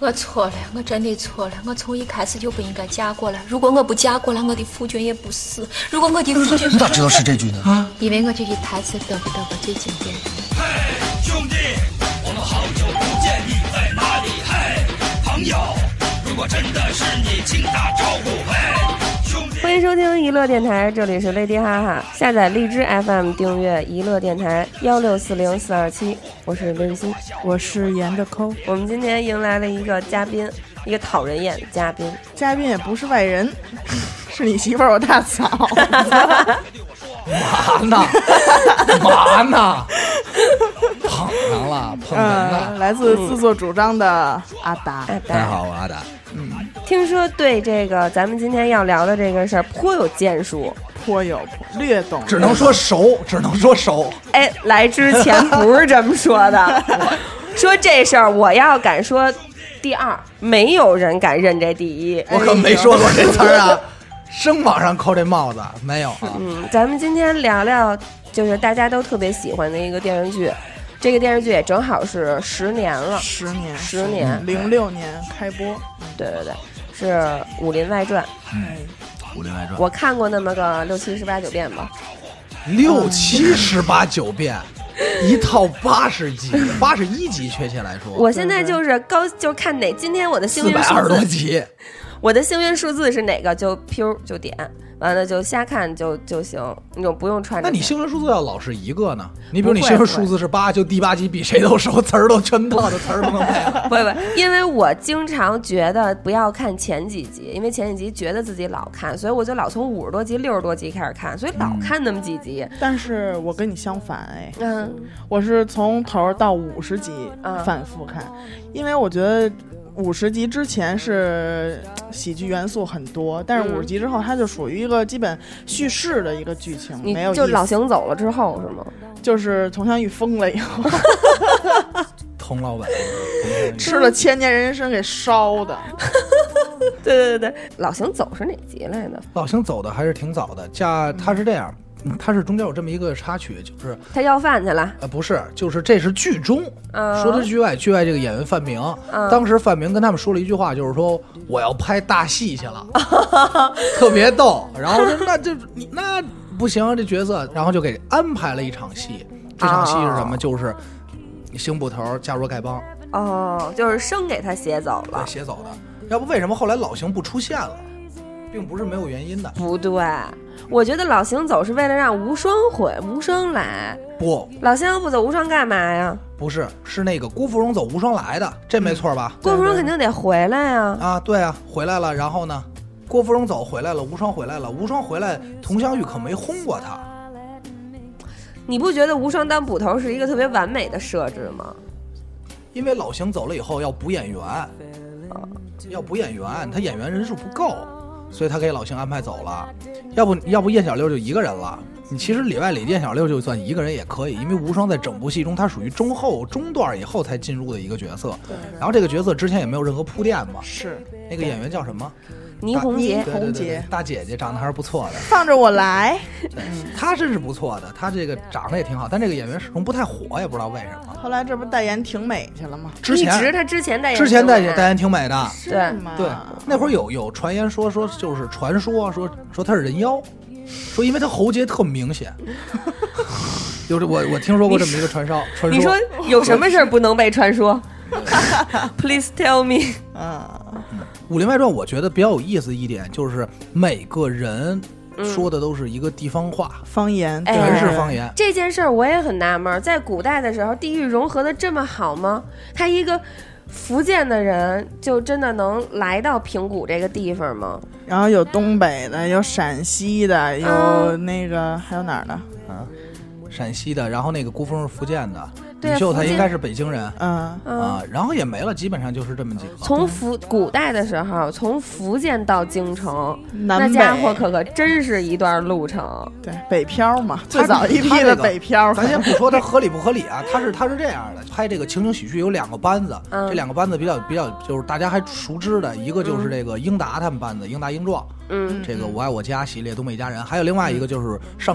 我错了，我真的错了，我从一开始就不应该嫁过来。如果我不嫁过来，我的夫君也不死。如果我的夫君， 你咋知道是这句呢？啊， 因为我这句台词得不得过最经典。 嘿，兄弟，我们好久不见，你在哪里？嘿，朋友，如果真的是你，请打招呼。嘿。 欢迎收听娱乐电台，这里是雷迪哈哈。下载荔枝 FM 订阅娱乐电台1640427，我是林欣， 我是严着抠。 我们今天迎来了一个嘉宾，一个讨人厌的嘉宾。 嘉宾也不是外人，是你媳妇儿我大嫂。 嘛呢？捧上了，捧人了。 来自自作主张的阿达。 大家好，我阿达。 听说对这个咱们今天要聊的这个事儿颇有建树， 颇有略懂， 只能说熟，只能说熟。 哎，来之前不是这么说的，说这事儿我要敢说第二，没有人敢认这第一。 我可没说过这词儿啊，生往上扣这帽子没有啊。 咱们今天聊聊，就是大家都特别喜欢的一个电视剧。这个电视剧也正好是10年了，10年 ，06年开播。 对对对，是《武林外传》。 武林外传， 我看过那么个6、7、8、9遍吧。 6、7、8、9遍，一套80集，81集，确切来说。 我现在就是就看哪今天我的幸运数字 420多集， 我的幸运数字是哪个就就点。完了就瞎看就行，你就不用串着。 那你幸运数字要老是一个呢？你比如你幸运数字是8，就第8集比谁都熟，词儿都全套的词儿都能背了。 不，因为我经常觉得不要看前几集，因为前几集觉得自己老看，所以我就老从50多集、60多集开始看，所以老看那么几集。 但是我跟你相反，我是从头到50集反复看，因为我觉得50集之前是喜剧元素很多，但是50集之后它就属于一个基本叙事的一个剧情，没有意思。 就老邢走了之后是吗？ 就是佟湘玉疯了以后， 佟老板吃了千年人参给烧的。 对，老邢走是哪集来的？ 老邢走的还是挺早的，他是这样。他是中间有这么一个插曲，就是他要饭去了。 不是，就是这是剧中，说的剧外这个演员范明，当时范明跟他们说了一句话，就是说我要拍大戏去了，特别逗。然后说那不行，这角色，然后就给安排了一场戏。这场戏是什么？就是邢捕头加入丐帮。 就是生给他写走了， 写走的。要不为什么后来老邢不出现了？并不是没有原因的。 不对，我觉得老邢走是为了让无双来。 不， 老邢要不走，无双干嘛呀？ 不是，是那个郭芙蓉走，无双来的，这没错吧？ 郭芙蓉肯定得回来呀。 啊，对啊，回来了。然后呢，郭芙蓉走回来了，无双回来了。无双回来，佟湘玉可没轰过他。 你不觉得无双当捕头是一个特别完美的设置吗？ 因为老邢走了以后要补演员，他演员人数不够。所以他给老邢安排走了，要不燕小六就一个人了。你其实里外里燕小六就算一个人也可以，因为无双在整部戏中他属于中段以后才进入的一个角色。然后这个角色之前也没有任何铺垫嘛。 是那个演员叫什么？ 倪虹洁， 对，大姐姐长得还是不错的。 放着我来， 她真是不错的，她这个长得也挺好，但这个演员始终不太火，也不知道为什么。 后来这不代言挺美去了吗？ 他之前代言挺美的， 对。 那会儿有传言说就是传说说他是人妖，说因为他喉结特明显。就是我听说过这么一个传说。 你说有什么事儿不能被传说？Please tell me。 武林外传我觉得比较有意思一点就是每个人说的都是一个地方话， 方言， 全是方言。 这件事儿我也很纳闷，在古代的时候地域融合的这么好吗？他一个福建的人就真的能来到平谷这个地方吗？ 然后有东北的，有陕西的，有那个还有哪儿的？ 陕西的，然后那个郭芙蓉是福建的。李秀他应该是北京人，然后也没了，基本上就是这么几个。 从古代的时候，从福建到京城，那家伙可真是一段路程。 对，北漂嘛，最早一批的北漂。 咱先不说他合理不合理啊，他是这样的，拍这个情景喜剧有2个班子，这2个班子比较就是大家还熟知的，一个就是这个英达他们班子，英达英壮。这个我爱我家系列东北一家人，还有另外一个就是上镜，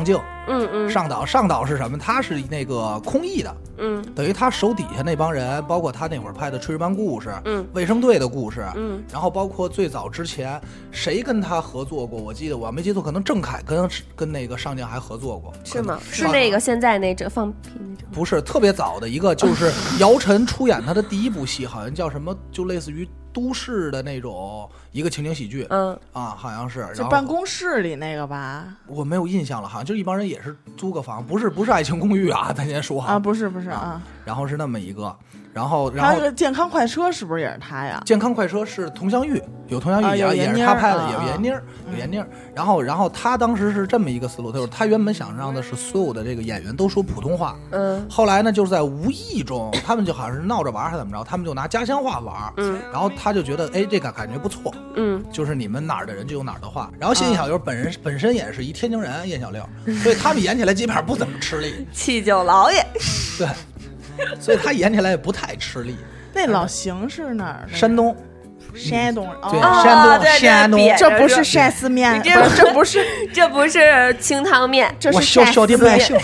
上岛是什么？他是那个空翼的，等于他手底下那帮人，包括他那会儿拍的《炊事班故事》，卫生队的故事，然后包括最早之前谁跟他合作过？我记得我要没记错，可能郑恺跟那个上将还合作过， 是吗？是那个现在那放屁那种？ 不是，特别早的一个，就是姚晨出演他的第一部戏，好像叫什么，就类似于都市的那种一个情景喜剧，好像是。 就办公室里那个吧？ 我没有印象了，好像就一帮人也是租个房，不是爱情公寓啊，咱先说啊，不是啊。 然后是那么一个，然后还有一个健康快车是不是也是他呀？ 健康快车是佟湘玉，有佟湘玉也是他拍的，有闫妮儿。然后他当时是这么一个思路，就是他原本想让的是所有的这个演员都说普通话，后来呢就是在无意中，他们就好像是闹着玩还是怎么着，他们就拿家乡话玩，然后他就觉得这个感觉不错，就是你们哪儿的人就有哪儿的话。然后谢小六本身也是一天津人，叶小六，所以他们演起来基本上不怎么吃力。 七舅老爷， 对，所以他演起来也不不太吃力。 那老邢是哪儿的？ 山东。 山东， 对，山东， 这不是山丝面， 这不是清汤面， 这是小的百姓，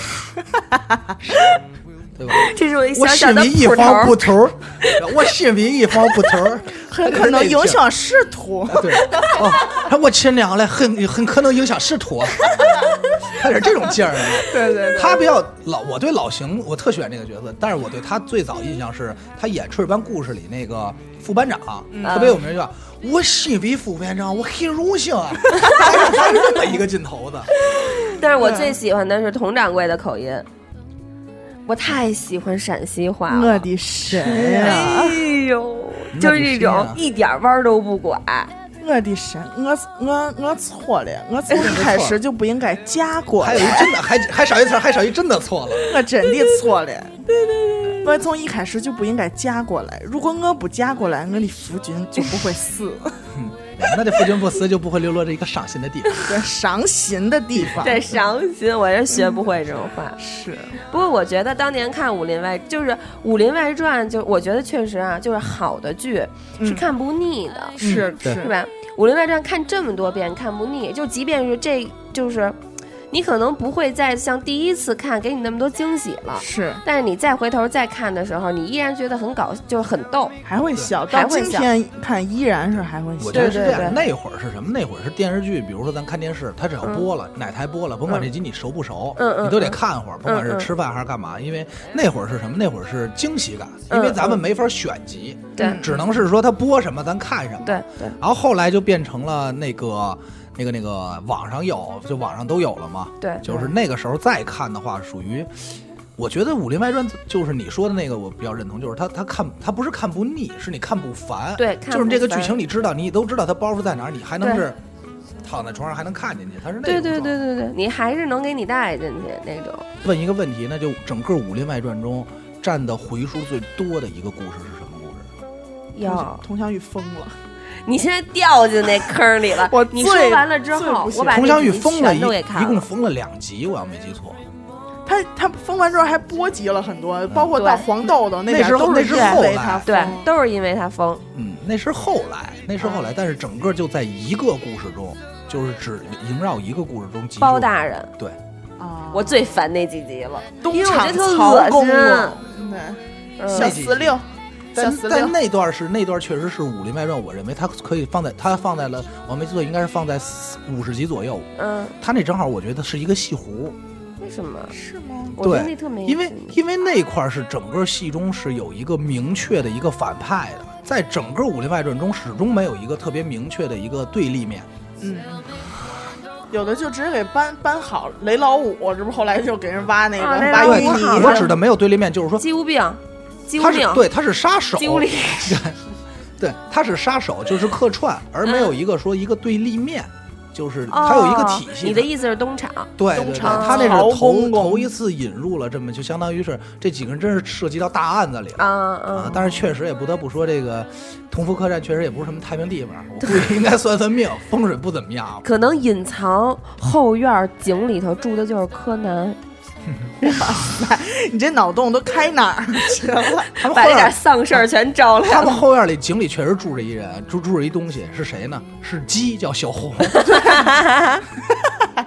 对吧？ 这是我我心里一方不头，我心里一方不头， 很可能影响仕途。 对，我亲娘了，很可能影响仕途，他是这种劲儿。 对， 他比较老，我对老邢我特喜欢这个角色，但是我对他最早印象是他演《炊事班故事》里那个副班长，特别有名，叫我心为副班长，我很荣幸啊，他是这么一个劲头子。 但是我最喜欢的是佟掌柜的口音。我太喜欢陕西话了， 我的神呀！ 哎呦，就是这种一点弯都不拐。 我的神，我错了，我从一开始就不应该嫁过来。 还有一真的，还少一词，还少一真的错了。 我真的错了。对，我从一开始就不应该嫁过来。如果我不嫁过来，我的夫君就不会死。 那这夫君不死就不会流落着一个伤心的地方。 对，伤心的地方。 对，伤心，我是学不会这种话。 是， 不过我觉得当年看《武林外》传，就我觉得确实啊，就是好的剧是看不腻的， 是吧？《武林外传》看这么多遍看不腻，就即便是这就是。你可能不会再像第一次看给你那么多惊喜了， 是， 但是你再回头再看的时候，你依然觉得很搞，就是很逗， 还会笑。到今天看依然是还会笑。 我觉得是这样。那会儿是什么？那会儿是电视剧，比如说咱看电视，它只要播了，哪台播了，甭管这集你熟不熟，你都得看会儿，甭管是吃饭还是干嘛。因为那会儿是什么？那会儿是惊喜感，因为咱们没法选集， 对， 只能是说它播什么咱看什么。 对。 然后后来就变成了那个网上有，就网上都有了嘛。 对， 就是那个时候再看的话，属于，我觉得《武林外传》就是你说的那个，我比较认同，就是他不是看不腻，是你看不烦。 对， 就是这个剧情你知道，你都知道它包袱在哪儿，你还能是躺在床上还能看进去，它是那种。 对，你还是能给你带进去那种。 问一个问题，那就整个《武林外传》中占的回数最多的一个故事是什么故事？ 佟湘玉疯了。 你现在掉进那坑里了。你说完了之后，我把佟湘玉疯了都给看了， 一共疯了2集，我要没记错。 他疯完之后还波及了很多，包括到黄豆豆那边都是后来他对，都是因为他疯。 那是后来，但是整个就在一个故事中，就是只萦绕一个故事中。 包大人， 对， 我最烦那几集了， 因为我觉得特恶心。 对，小46。 但那段确实是《武林外传》，我认为它可以放在了，我没记错，应该是放在50集左右。它那正好我觉得是一个戏弧。 为什么？ 是吗？ 我觉得那特没意思。 因为那块是整个戏中是有一个明确的一个反派的，在整个《武林外传》中始终没有一个特别明确的一个对立面。 有的就直接给搬好雷老五，这不后来就给人挖那个挖淤泥。我指的没有对立面，就是说鸡无病。 他是杀手，对，他是杀手，就是客串，而没有一个说一个对立面，就是他有一个体系。 你的意思是东厂？ 对，他那是头一次引入了这么，就相当于是这几个人真是涉及到大案子里了但是确实也不得不说，这个同福客栈确实也不是什么太平地方，我估计应该算命，风水不怎么样。 可能隐藏后院井里头住的就是柯南。 哇塞，你这脑洞都开哪儿去了？ 把这点丧事儿全招来了。 他们后院里井里确实住着一人，住着一东西，是谁呢？是鸡，叫小红。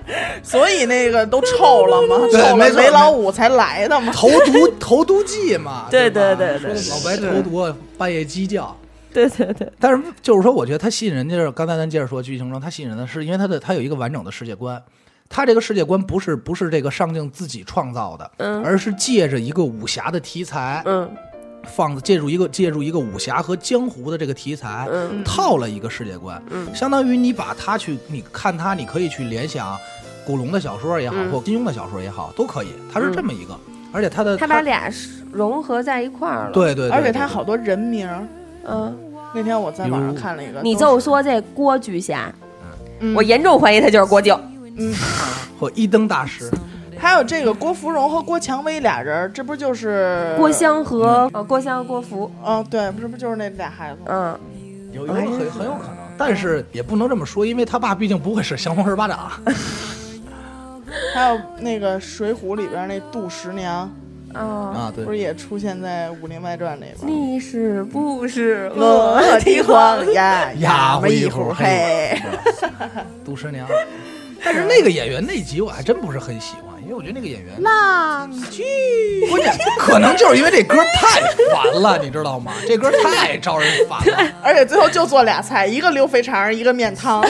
所以那个都臭了嘛，臭了雷老五才来的嘛， 投毒剂嘛， 对， 说老白投毒，半夜鸡叫。 对， 但是就是说，我觉得它吸引人，就是刚才咱接着说剧情中，它吸引人的是因为它有一个完整的世界观。它这个世界观不是这个上镜自己创造的，而是借着一个武侠的题材，借助一个武侠和江湖的这个题材，套了一个世界观，相当于你把它你看它，你可以去联想古龙的小说也好，或金庸的小说也好，都可以。它是这么一个，而且它把俩融合在一块儿了。 对， 而且它好多人名，那天我在网上看了一个， 你就说这郭巨侠，我严重怀疑他就是郭靖。 或一灯大师， 还有这个郭芙蓉和郭蔷薇俩人，这不就是郭襄和郭襄和郭芙？ 对，不就是那俩孩子？ 有很有可能，但是也不能这么说，因为他爸毕竟不会是降龙十八掌。 还有那个《水浒》里边那杜十娘。 对， 不是也出现在《武林外传》里边？ 你是不是我的荒呀， 压么一壶黑？ 杜十娘。但是那个演员那集我还真不是很喜欢，因为我觉得那个演员浪剧， 关键可能就是因为这歌太烦了，你知道吗？这歌太招人烦了， 而且最后就做俩菜，一个溜肥肠，一个面汤。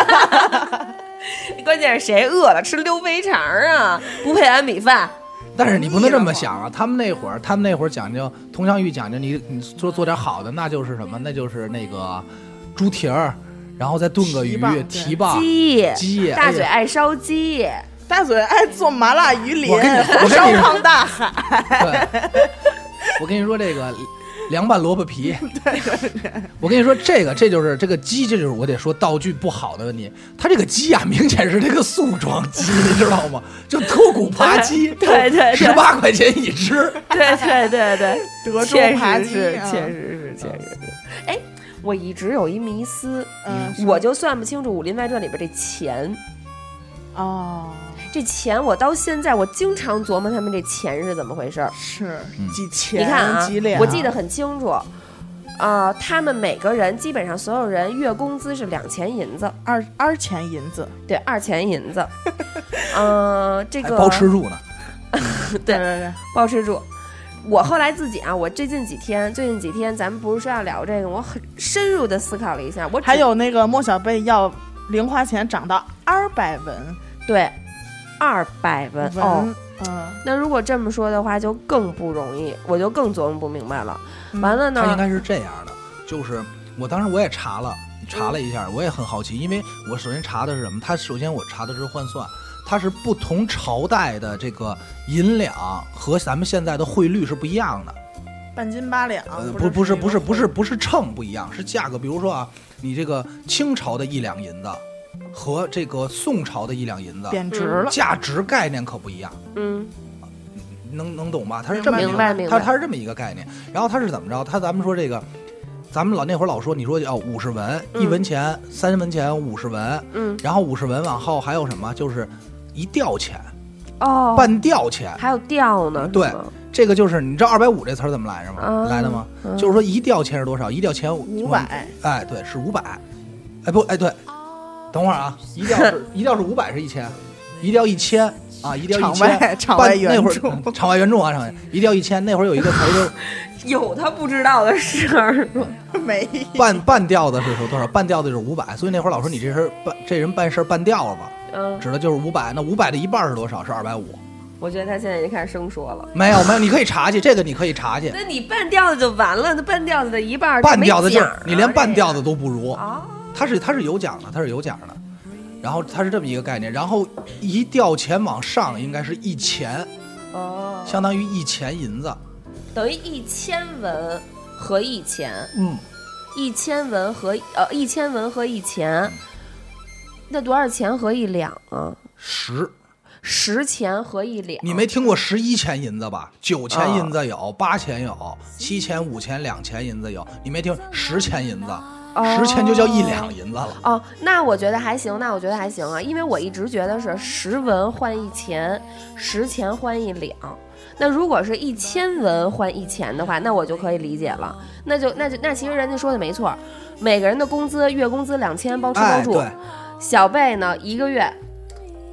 关键是谁饿了吃溜肥肠啊？不配碗米饭。 但是你不能这么想啊！他们那会儿讲究佟湘玉讲究你做点好的，那就是什么？那就是那个猪蹄儿。然后再炖个鱼、蹄膀、鸡， 大嘴爱烧鸡， 大嘴爱做麻辣鱼鳞， 我烧胖大海。 对，我跟你说这个凉拌萝卜皮。对，我跟你说这就是这个鸡，这就是我得说道具不好的问题。它这个鸡啊，明显是这个素装鸡，你知道吗？就脱骨扒鸡， 对 ，18块钱一只。 对， 德州扒鸡， 确实是。哎。我一直有一迷思，我就算不清楚《武林外传》里边这钱，这钱我到现在我经常琢磨他们这钱是怎么回事， 是几钱？ 你看啊， 几两？ 我记得很清楚，他们每个人基本上所有人月工资是2钱银子 ，2钱银子， 对，2钱银子，这个包吃住呢， 对，包吃住。我后来自己啊，我最近几天咱们不是说要聊这个，我很深入的思考了一下，我还有那个莫小贝要零花钱涨到200文， 对，200文那如果这么说的话就更不容易，我就更琢磨不明白了。完了呢， 他应该是这样的，就是我当时我也查了一下，我也很好奇，因为我首先查的是什么？首先我查的是换算。它是不同朝代的这个银两和咱们现在的汇率是不一样的， 半斤8两， 不是秤不一样，是价格。比如说啊，你这个清朝的1两银子和这个宋朝的1两银子贬值了， 价值概念可不一样。能懂吧？它是这么明白， 它是这么一个概念。然后它是怎么着？咱们说这个。咱们那会儿老说，你说50文，1文钱，3文钱50文，然后50文往后还有什么？就是1吊钱，半吊钱， 还有吊呢。 对，这个就是你知道250这词儿怎么来着吗？来的吗？就是说1吊钱是多少？1吊钱 500， 哎，对，是500，对，等会儿啊，1吊是500是1000，1吊1000啊，1吊1000， 场外援助， 场外援助啊，1吊1000，那会儿有一个词儿就。 有他不知道的事儿吗？ 没半吊子是说多少？半吊子就是500，所以那会儿老说你这人办事办吊子，指的就是500。那500的一半是多少？是250。 我觉得他现在已经开始生说了。 没有，你可以查去，这个你可以查去。 那你半吊子就完了，那半吊子的一半， 半吊子就你连半吊子都不如。它是有奖的，它是有奖的。然后它是这么一个概念，然后1吊钱往上应该是1钱，相当于1钱银子。 等于1000文和1钱，1000文和1000文和1钱，那多少钱和1两啊？10钱和1两。 你没听过11钱银子吧？9钱银子有，8钱有，7钱、5钱、2钱银子有，你没听10钱银子？10钱就叫1两银子了。 那我觉得还行，啊，因为我一直觉得是10文换1钱，10钱换1两。那如果是1000文换1钱的话，那我就可以理解了。那其实人家说的没错，每个人的工资月工资2000包吃包住。小贝呢1个月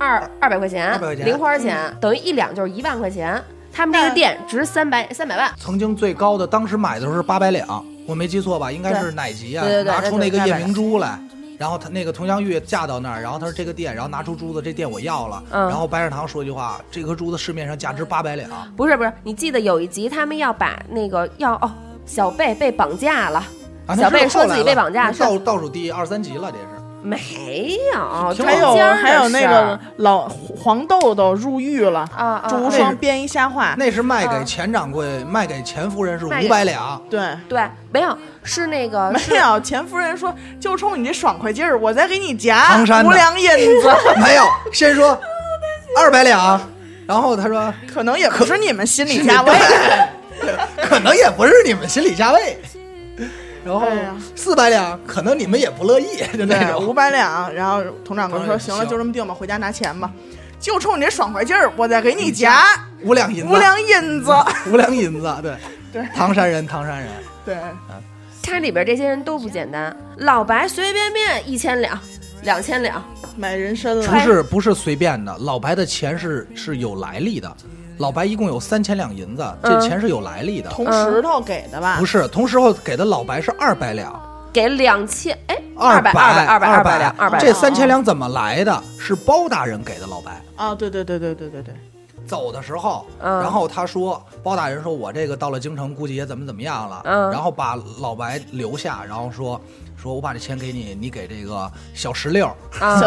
200块钱，零花钱，等于1两就是1万块钱。他们这个店值300万。 曾经最高的，当时买的时候是800两，我没记错吧？应该是哪集啊？ 对， 拿出那个夜明珠来。然后他那个佟湘玉嫁到那儿，然后他说这个店，然后拿出珠子，这店我要了。然后白展堂说一句话，这颗珠子市面上价值800两。 不是，你记得有一集他们要把那个小贝被绑架了，小贝说自己被绑架， 倒数第2、3集了，这是。 没有， 还有那个老黄豆豆入狱了朱无双编一瞎话， 那是卖给钱掌柜，卖给钱夫人是500两。 对， 没有，是那个没有，钱夫人说就冲你这爽快劲儿，我再给你夹 5 两银子。 没有，先说200两，然后他说可能也不是你们心理价位， 可能也不是你们心理价位。然后400两，可能你们也不乐意，就那种 500两。然后佟掌柜说：“行了，就这么定吧，回家拿钱吧。就冲你这爽快劲儿，我再给你夹 5两银子。 5两银子 ，5两银子，对，唐山人， 对。 他里边这些人都不简单，老白随便便1000两、2000两买人参了， 不是随便的，老白的钱是有来历的。老白一共有3000两银子，这钱是有来历的。 铜石头给的吧？ 不是，铜石头给的老白是200两， 给2000，哎 ，200 两，200。 这3000两怎么来的？是包大人给的老白啊！对。 走的时候，然后他说，包大人说我这个到了京城，估计也怎么样了，然后把老白留下，然后说我把这钱给你，你给这个小16， 小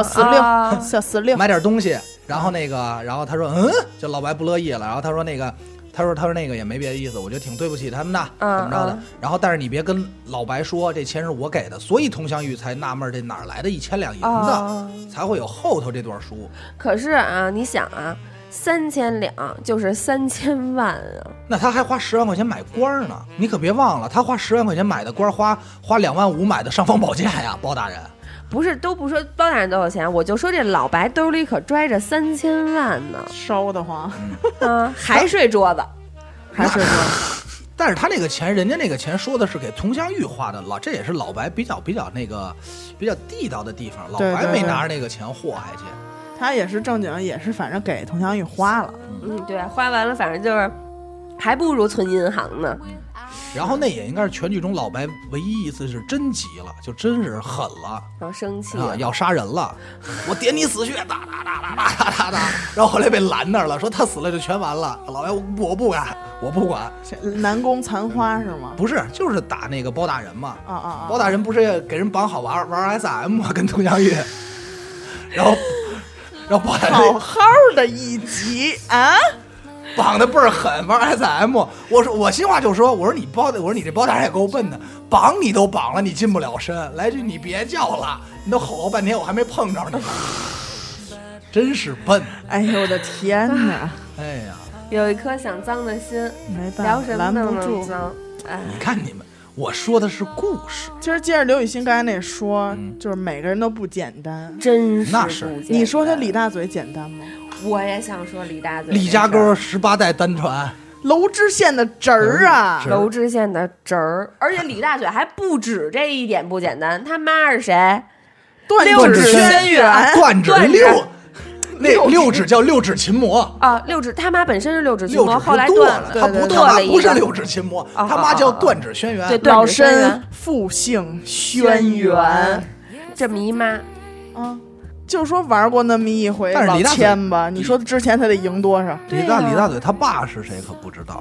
16 买点东西。然后然后他说就老白不乐意了。然后他说那个也没别的意思，我觉得挺对不起他们的，怎么着的。然后但是你别跟老白说这钱是我给的，所以佟湘玉才纳闷这哪来的1000两银子，才会有后头这段书。 可是啊，你想啊，3000两就是3000万啊， 那他还花10万块钱买官呢，你可别忘了，他花10万块钱买的官，花2万5买的尚方宝剑呀，包大人。 不是，都不说包大人多少钱，我就说这老白兜里可拽着3000万呢， 烧得慌。 还睡桌子， 但是他那个钱，人家那个钱说的是给佟湘玉花的，这也是老白比较那个比较地道的地方，老白没拿着那个钱祸害去。 他也是正经，也是反正给佟湘玉花了。 对，花完了，反正就是还不如存银行呢。 然后那也应该是全剧中老白唯一一次是真急了，就真是狠了， 然后生气啊，要杀人了，我点你死穴，哒，然后后来被拦那儿了，说他死了就全完了。老白我不敢，我不管。 南宫残花是吗？ 不是，就是打那个包大人嘛。 包大人不是给人绑好玩 SM 嘛，跟佟湘玉，然后包大人好好的一集啊。 绑的倍儿狠，玩 SM。我心话就说，我说你这包大人也够笨的，绑你都绑了，你进不了身。来句你别叫了，你都吼半天，我还没碰着你，真是笨。 哎呦我的天哪！ 哎呀， 有一颗想脏的心， 没办法，拦不住。 你看你们，我说的是故事。 其实接着刘雨欣刚才那说，就是每个人都不简单， 真是那是。 你说他李大嘴简单吗？ 我也想说李大嘴， 李家沟18代单传， 娄知县的侄儿啊， 娄知县的侄儿，而且李大嘴还不止这一点不简单，他妈是谁？ 段指轩辕， 段指六指叫六指琴魔啊，六指他妈本身是六指琴魔，后来断了，他不是六指琴魔，他妈叫段指轩辕， 老身复姓轩辕， 这么一妈啊。就说玩过那么一回老千吧，你说之前他得赢多少？ 李大嘴他爸是谁可不知道，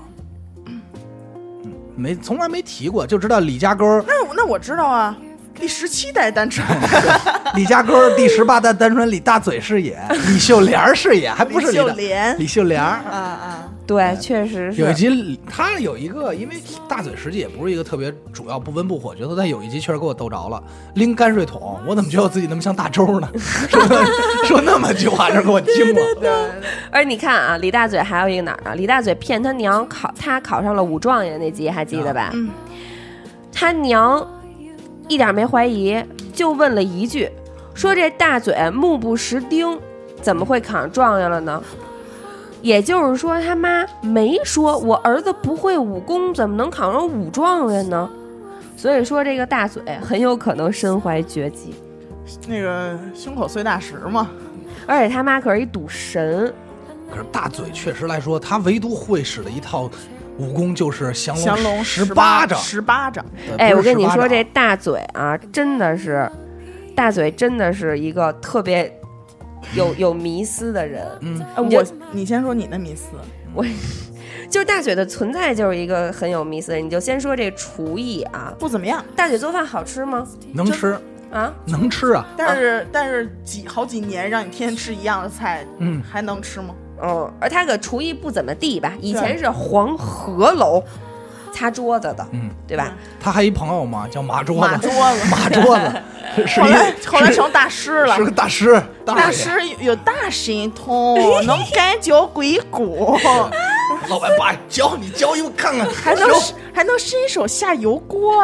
从来没提过，就知道李家沟。 那我知道啊，第17代单传， 李家沟第18代单传，李大嘴是也，李秀莲是也，还不是李秀莲对，确实是。 有一集他有一个，因为大嘴实际也不是一个特别主要不温不火角色，但有一集确实给我逗着了，拎泔水桶，我怎么觉得我自己那么像大周呢？说那么句话，这给我惊了。 对。而你看啊，李大嘴还有一个哪儿呢？李大嘴骗他娘他考上了武状元那集还记得吧？他娘一点没怀疑，就问了一句，说这大嘴目不识丁，怎么会考上状元了呢？也就是说他妈没说我儿子不会武功，怎么能考上武状元呢？所以说这个大嘴很有可能身怀绝技， 那个胸口碎大石嘛。 而且他妈可是一赌神。 可是大嘴确实来说，他唯独会使的一套武功就是降龙 18掌。 哎，我跟你说，这大嘴啊，真的是一个特别有迷思的人。 你先说你的迷思。 就是大嘴的存在就是一个很有迷思的人。你就先说这厨艺啊， 不怎么样。 大嘴做饭好吃吗？ 能吃啊， 能吃啊。 但是好几年让你天天吃一样的菜，还能吃吗？ 而他个厨艺不怎么地吧？以前是黄鹤楼擦桌子的，对吧？ 他还一朋友嘛，叫马桌子， 后来成大师了， 是个大师， 大师有大神通，能干嚼鬼骨。 老板，爸，教一个看看， 还能伸手下油锅。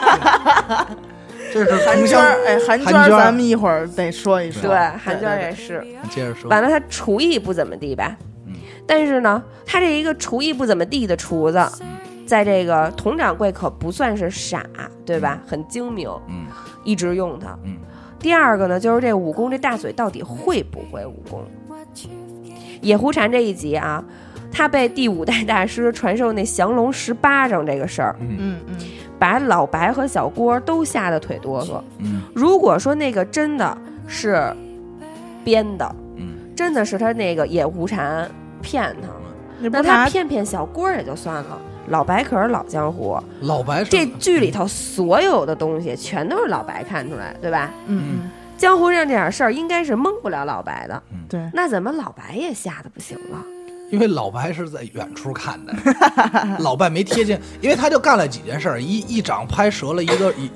这是韩娟，韩娟，咱们一会儿得说一说。 对，韩娟也是。 接着说。 完了，他厨艺不怎么地吧？但是呢，他这一个厨艺不怎么地的厨子，在这个佟掌柜可不算是傻，对吧？很精明，一直用它。第二个呢，就是这武功，这大嘴到底会不会武功？野狐禅这一集啊。他被第5代大师传授那降龙18掌这个事儿，把老白和小郭都吓得腿哆嗦。如果说那个真的是编的，真的是他那个野狐禅骗他了，那他骗小郭也就算了。老白可是老江湖， 老白这剧里头所有的东西全都是老白看出来，对吧？江湖上这点事儿应该是蒙不了老白的。 对， 那怎么老白也吓得不行了？ 因为老白是在远处看的，老白没贴近，因为他就干了几件事，一掌拍折了一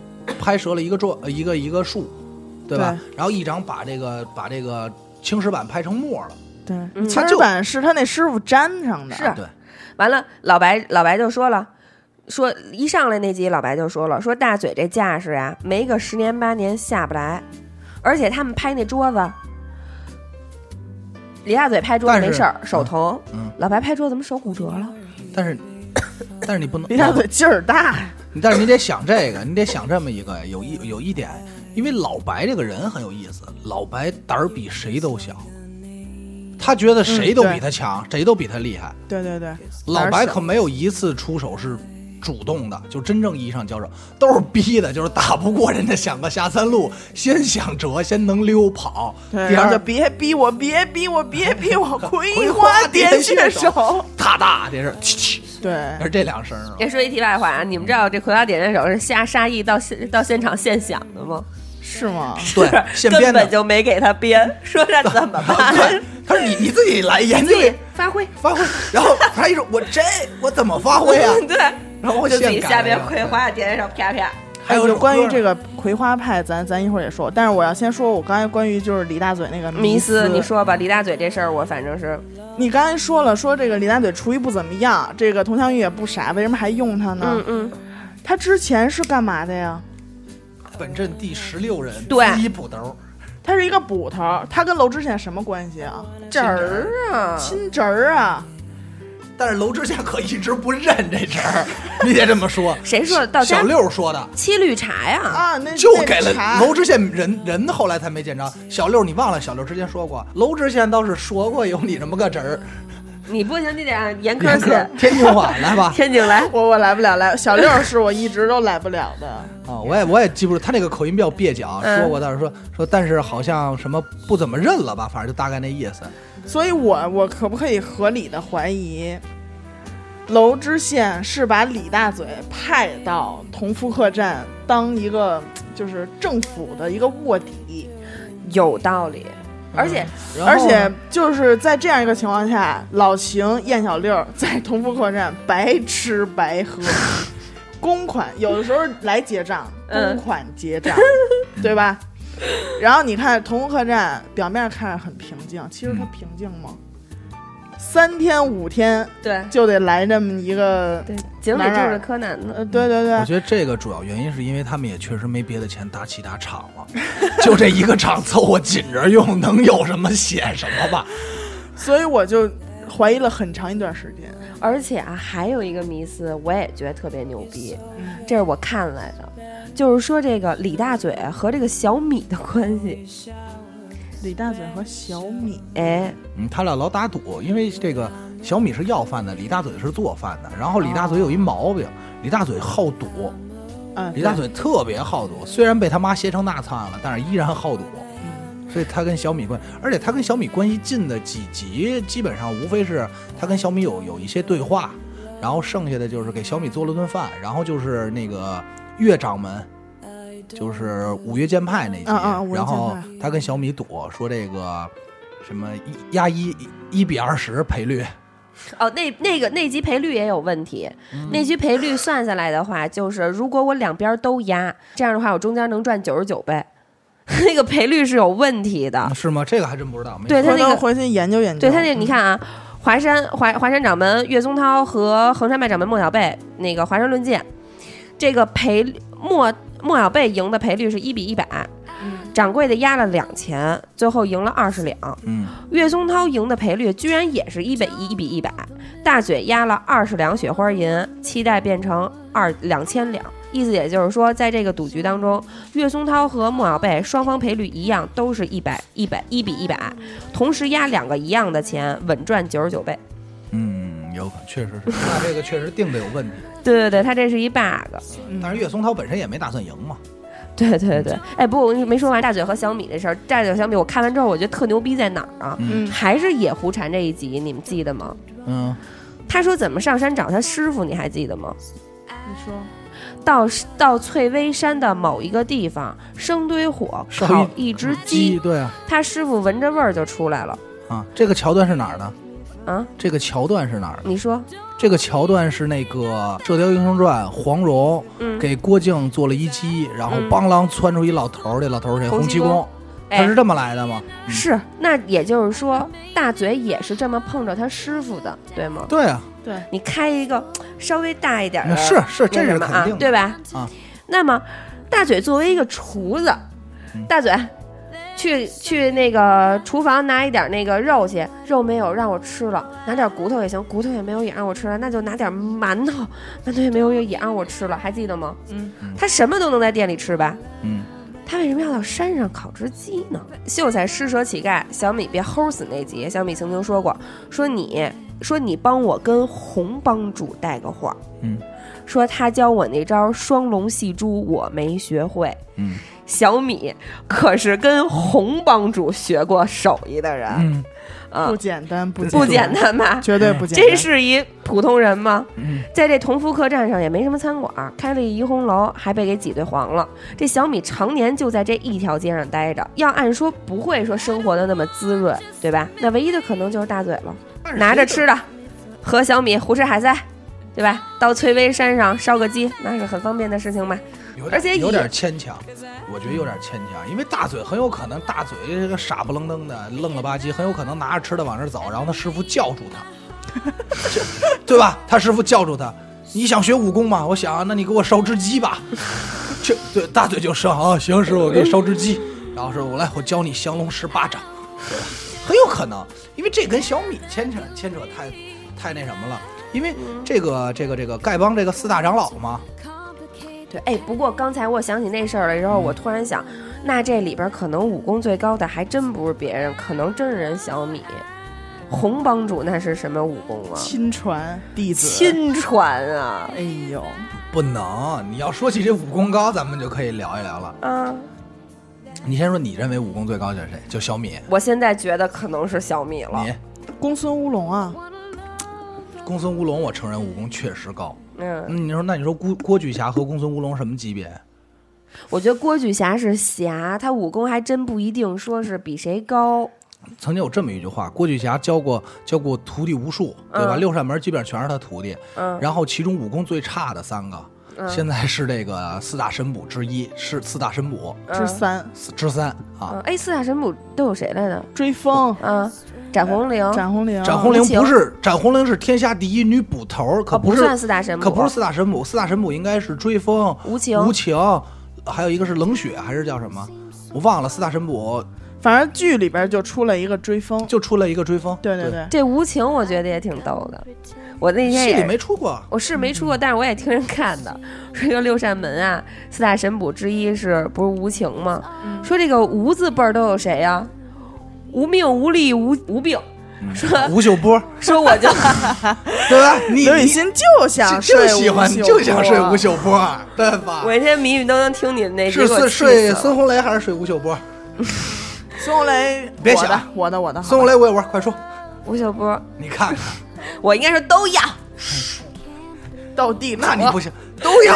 个树，对吧？然后一掌把这个青石板拍成沫了。 对，青石板是他那师傅粘上的。 是， 对。 完了，老白就说了，说一上来那集老白就说了，说大嘴这架势呀，没个10年8年下不来，而且他们拍那桌子。李大嘴拍桌子没事儿，手疼。老白拍桌子怎么手骨折了？ 但是你不能。 李大嘴劲儿大。 但是你得想这个，你得想这么一个，有一点，因为老白这个人很有意思，老白胆儿比谁都小，他觉得谁都比他强，谁都比他厉害。 对。 老白可没有一次出手是主动的，就真正意义上交手都是逼的，就是打不过人家想个下三路，先想辙，先能溜跑。 第二就别逼我，葵花点穴手， 他大这是， 对， 是这两声。 也说一题外话啊，你们知道这葵花点穴手是下沙溢到现场现想的吗？ 是吗？ 对，现编的， 根本就没给他编，说这怎么办？ 他说你自己来研究， 发挥， 然后他一说我怎么发挥啊？ 对。 然后我就自己下边葵花点上啪啪。 还有就关于这个葵花派，咱一会儿也说。但是我要先说，我刚才关于就是李大嘴那个迷思，你说吧。李大嘴这事儿，我反正是你刚才说了，说这个李大嘴厨艺不怎么样，这个佟湘玉也不傻，为什么还用他呢？他之前是干嘛的呀？ 本镇第16人， 对， 第一捕头。 他是一个捕头，他跟娄知县什么关系啊？ 侄儿啊， 亲侄儿啊。 但是娄知县可一直不认这侄儿，你得这么说。 谁说的？到小六说的。 沏绿茶呀！ 啊，那就给了娄知县人后来才没见着。小六，你忘了？小六之前说过，娄知县倒是说过有你这么个侄儿。 你不行，你得按严苛些。 天津话来吧， 天津来， 我来不了，来小六是我一直都来不了的。 我也记不住他那个口音比较蹩脚，说过，但是说，但是好像什么不怎么认了吧，反正就大概那意思。 所以我可不可以合理的怀疑，娄知县是把李大嘴派到同福客栈当一个就是政府的一个卧底？ 有道理。而且就是在这样一个情况下，老邢燕小六在同福客栈白吃白喝，公款有的时候来结账，公款结账，对吧？然后你看同福客栈表面看着很平静，其实它平静吗？3天5天， 对， 就得来这么一个， 对，井里住着柯南呢。 对。 我觉得这个主要原因是因为他们也确实没别的钱搭其他厂了，就这一个厂凑合紧着用，能有什么写什么吧。 所以我就怀疑了很长一段时间。 而且啊，还有一个迷思，我也觉得特别牛逼，这是我看来的，就是说这个李大嘴和这个小米的关系。 李大嘴和小米， 他俩老打赌，因为这个小米是要饭的，李大嘴是做饭的。然后李大嘴有一毛病，李大嘴好赌，李大嘴特别好赌，虽然被他妈携程大餐了，但是依然好赌。所以他跟小米关系，而且他跟小米关系近的几集，基本上无非是他跟小米有一些对话，然后剩下的就是给小米做了顿饭，然后就是那个岳掌门，就是五岳剑派那集，然后他跟小米赌说这个什么压1:20赔率。 那集赔率也有问题，那集赔率算下来的话，就是如果我两边都压，这样的话我中间能赚99倍。那个赔率是有问题的， 是吗？这个还真不知道。 对他那个回去研究研究。 对他那个，你看啊，华山掌门岳松涛和衡山派掌门莫小贝，那个华山论剑，这个莫小贝赢的赔率是1:100，掌柜的压了2000，最后赢了20两。岳松涛赢的赔率居然也是1:100，大嘴压了20两雪花银，期待变成2000两。意思也就是说，在这个赌局当中，岳松涛和莫小贝双方赔率一样，都是1:100，同时压两个一样的钱，稳赚99倍。 有可能，确实是，那这个确实定的有问题。 对，他这是一 bug。 但是岳松涛本身也没打算赢嘛。 对，不过我没说完大嘴和小米的事儿。大嘴和小米，我看完之后，我觉得特牛逼在哪儿啊？还是野狐禅这一集，你们记得吗？他说怎么上山找他师傅，你还记得吗？ 你说。 到翠微山的某一个地方，生堆火烤一只鸡。 对啊， 他师傅闻着味儿就出来了。 这个桥段是哪儿的？这个桥段是哪儿的？ 你说。 这个桥段是那个《射雕英雄传》，黄蓉给郭靖做了一鸡，然后梆啷窜出一老头，这老头是洪七公。他是这么来的吗？ 是，那也就是说，大嘴也是这么碰着他师傅的，对吗？ 对啊， 对， 你开一个稍微大一点的， 是，这是肯定的， 对吧？那么大嘴作为一个厨子，大嘴去那个厨房拿一点那个肉去，肉没有让我吃了，拿点骨头也行，骨头也没有也让我吃了，那就拿点馒头也没有也让我吃了，还记得吗？他什么都能在店里吃吧？他为什么要到山上烤只鸡呢？秀才施舍乞丐，小米别齁死那集，小米曾经说过，说你帮我跟洪帮主带个话，说他教我那招双龙戏珠我没学会，小米可是跟洪帮主学过手艺的人， 不简单，不简单吧？ 绝对不简单。 这是一普通人吗？在这同福客栈上也没什么餐馆，开了一怡红楼，还被给挤兑黄了。这小米常年就在这一条街上待着，要按说不会说生活的那么滋润，对吧？那唯一的可能就是大嘴了，拿着吃的，和小米胡吃海塞，对吧？到翠微山上烧个鸡，那是很方便的事情嘛。而且有点牵强，我觉得有点牵强，因为大嘴很有可能，大嘴这个傻不愣登的愣了吧唧，很有可能拿着吃的往这走，然后他师傅叫住他，对吧？他师傅叫住他，你想学武功吗？我想，那你给我烧只鸡吧。对，大嘴就上啊，行，师傅，我给你烧只鸡。然后师傅，我教你降龙18掌，对吧？很有可能，因为这跟小米牵扯太那什么了，因为这个丐帮这个4大长老嘛。 对，不过刚才我想起那事儿了之后，我突然想，那这里边可能武功最高的还真不是别人，可能真人小米。洪帮主那是什么武功啊？ 亲传弟子。 亲传啊！ 哎呦， 不能！你要说起这武功高，咱们就可以聊一聊了。你先说，你认为武功最高就是谁？就小米。 我现在觉得可能是小米了。 你？ 公孙乌龙啊。 公孙乌龙，我承认武功确实高。那你说郭巨侠和公孙乌龙什么级别？ 我觉得郭巨侠是侠，他武功还真不一定说是比谁高。 曾经有这么一句话，郭巨侠教过徒弟无数，对吧？6扇门基本上全是他徒弟。然后其中武功最差的3个，现在是这个4大神捕之一，是4大神捕之三啊。 4大神捕都有谁来着？ 追风展红绫不是，展红绫是天下第一女捕头，可不是算4大神捕， 可不是4大神捕，4大神捕应该是追风、无情，还有一个是冷血，还是叫什么？我忘了。4大神捕， 反正剧里边就出了一个追风，对。 这无情我觉得也挺逗的。我那天戏里没出过， 我是没出过，但是我也听人看的，说这个6扇门啊，4大神捕之一不是无情吗？说这个无字辈都有谁呀？ 无命无力无病。说吴秀波， 说我就对吧？ 刘雨欣就想睡就喜欢就想睡吴秀波，对吧？ 我一天谜语都能听你们那， 是睡孙红雷还是睡吴秀波？ 孙红雷， 别想我的， 孙红雷我也玩，快说。 吴秀波， 你看看， 我应该说都要。 到地那你不行，都要。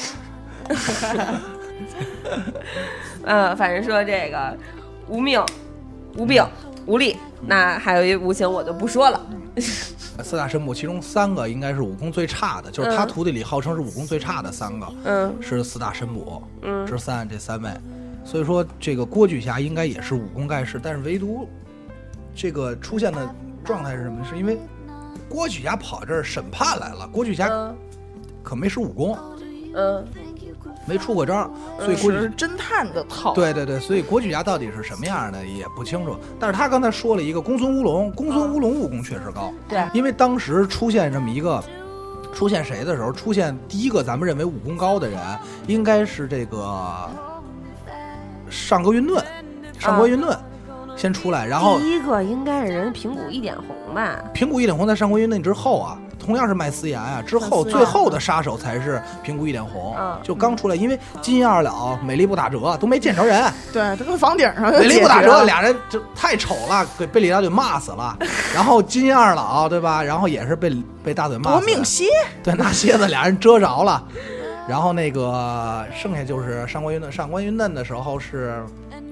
反正说这个无命、无病、无力，那还有一无形我就不说了。 四大神捕其中3个应该是武功最差的，就是他徒弟里号称是武功最差的3个，是四大神捕，之3这3位。所以说这个郭巨侠应该也是武功盖世，但是唯独这个出现的状态是什么？是因为郭巨侠跑这儿审判来了，郭巨侠可没使武功，没出过招，所以郭巨是侦探的套。 对对对，所以郭巨侠到底是什么样的也不清楚。但是他刚才说了一个公孙乌龙，公孙乌龙武功确实高， 对， 因为当时出现这么一个。出现谁的时候？出现第一个咱们认为武功高的人，应该是这个上官云顿。上官云顿先出来，然后第一个应该是人平谷一点红吧？ 平谷一点红在上官云顿之后啊，同样是卖私盐啊，之后最后的杀手才是平谷一点红，就刚出来，因为金燕二老美丽不打折，都没见着人。 对，他跟房顶上美丽不打折，俩人就太丑了，被李大嘴骂死了。然后金燕二老对吧？然后也是被大嘴骂死了。 夺命蝎， 对，拿蝎子俩人遮着了。然后那个剩下就是上官云顿，上官云顿的时候是。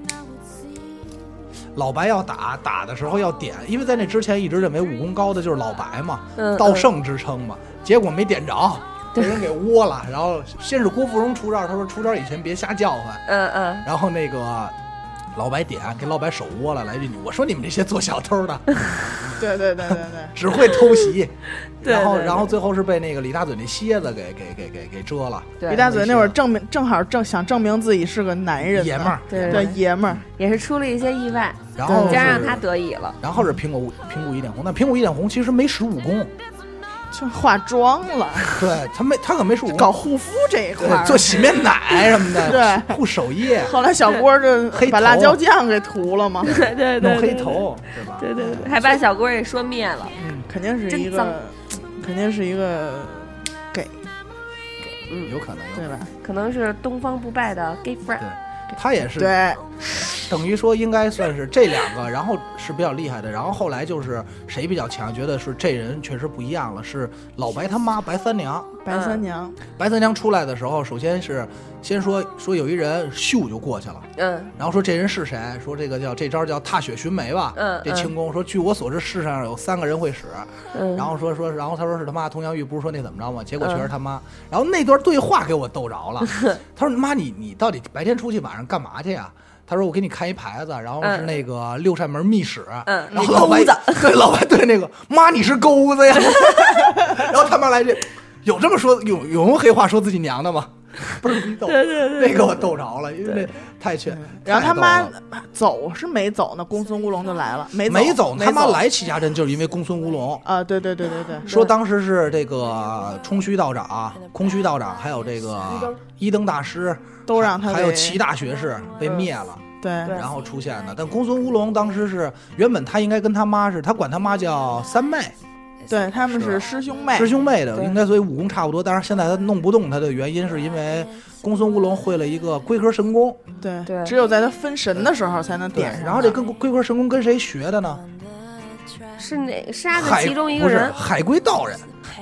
老白要打的时候要点，因为在那之前一直认为武功高的就是老白嘛，道圣之称嘛，结果没点着，被人给窝了。然后先是郭芙蓉出招，他说出招以前别瞎叫唤，然后那个老白点给老白手窝了，来一句我说你们这些做小偷的， 对， 只会偷袭。 对， 然后最后是被那个李大嘴那蝎子给蛰了。 李大嘴那会儿正好想证明自己是个男人， 爷们儿， 对爷们儿， 也是出了一些意外， 然后加上他得意了。 然后是平谷一点红，但平谷一点红其实没使武功， 就化妆了。 对他可没使武功， 搞护肤这一块， 做洗面奶什么的， 对， 护手液。 后来小郭就把辣椒酱给涂了嘛， 对， 弄黑头，对吧？ 对，还把小郭也说灭了。 肯定是一个给， 有可能， 对吧？ 可能是东方不败的 gay friend。 对，他也是对。 等于说应该算是这2个，然后是比较厉害的，然后后来就是谁比较强，觉得是这人确实不一样了，是老白他妈白三娘。 白三娘出来的时候，首先是先说有一人咻就过去了，然后说这人是谁？说这招叫踏雪寻梅吧，这轻功说据我所知世上有3个人会使，然后然后他说是他妈佟湘玉，不是说那怎么着吗？结果确实他妈，然后那段对话给我逗着了，他说妈你到底白天出去晚上干嘛去呀？他说我给你看一牌子，然后是那个6扇门秘史，然后老白对那个妈你是钩子呀，然后他妈来这有这么说有用黑话说自己娘的吗？不是逗，那个我逗着了，因为那太缺。 然后他妈走是没走呢，公孙乌龙就来了，没走， 他妈来齐家镇就是因为公孙乌龙啊，对， 说当时是这个空虚道长，还有这个一灯大师都让他， 还有齐大学士被灭了。 对， 然后出现的，但公孙乌龙当时是原本他应该跟他妈是，他管他妈叫三妹， 对，他们是师兄妹的，应该所以武功差不多。但是现在他弄不动他的原因是因为公孙乌龙会了一个龟壳神功， 对，只有在他分神的时候才能点上。 然后这跟龟壳神功跟谁学的呢？ 是哪杀的其中一个人？ 海龟道人。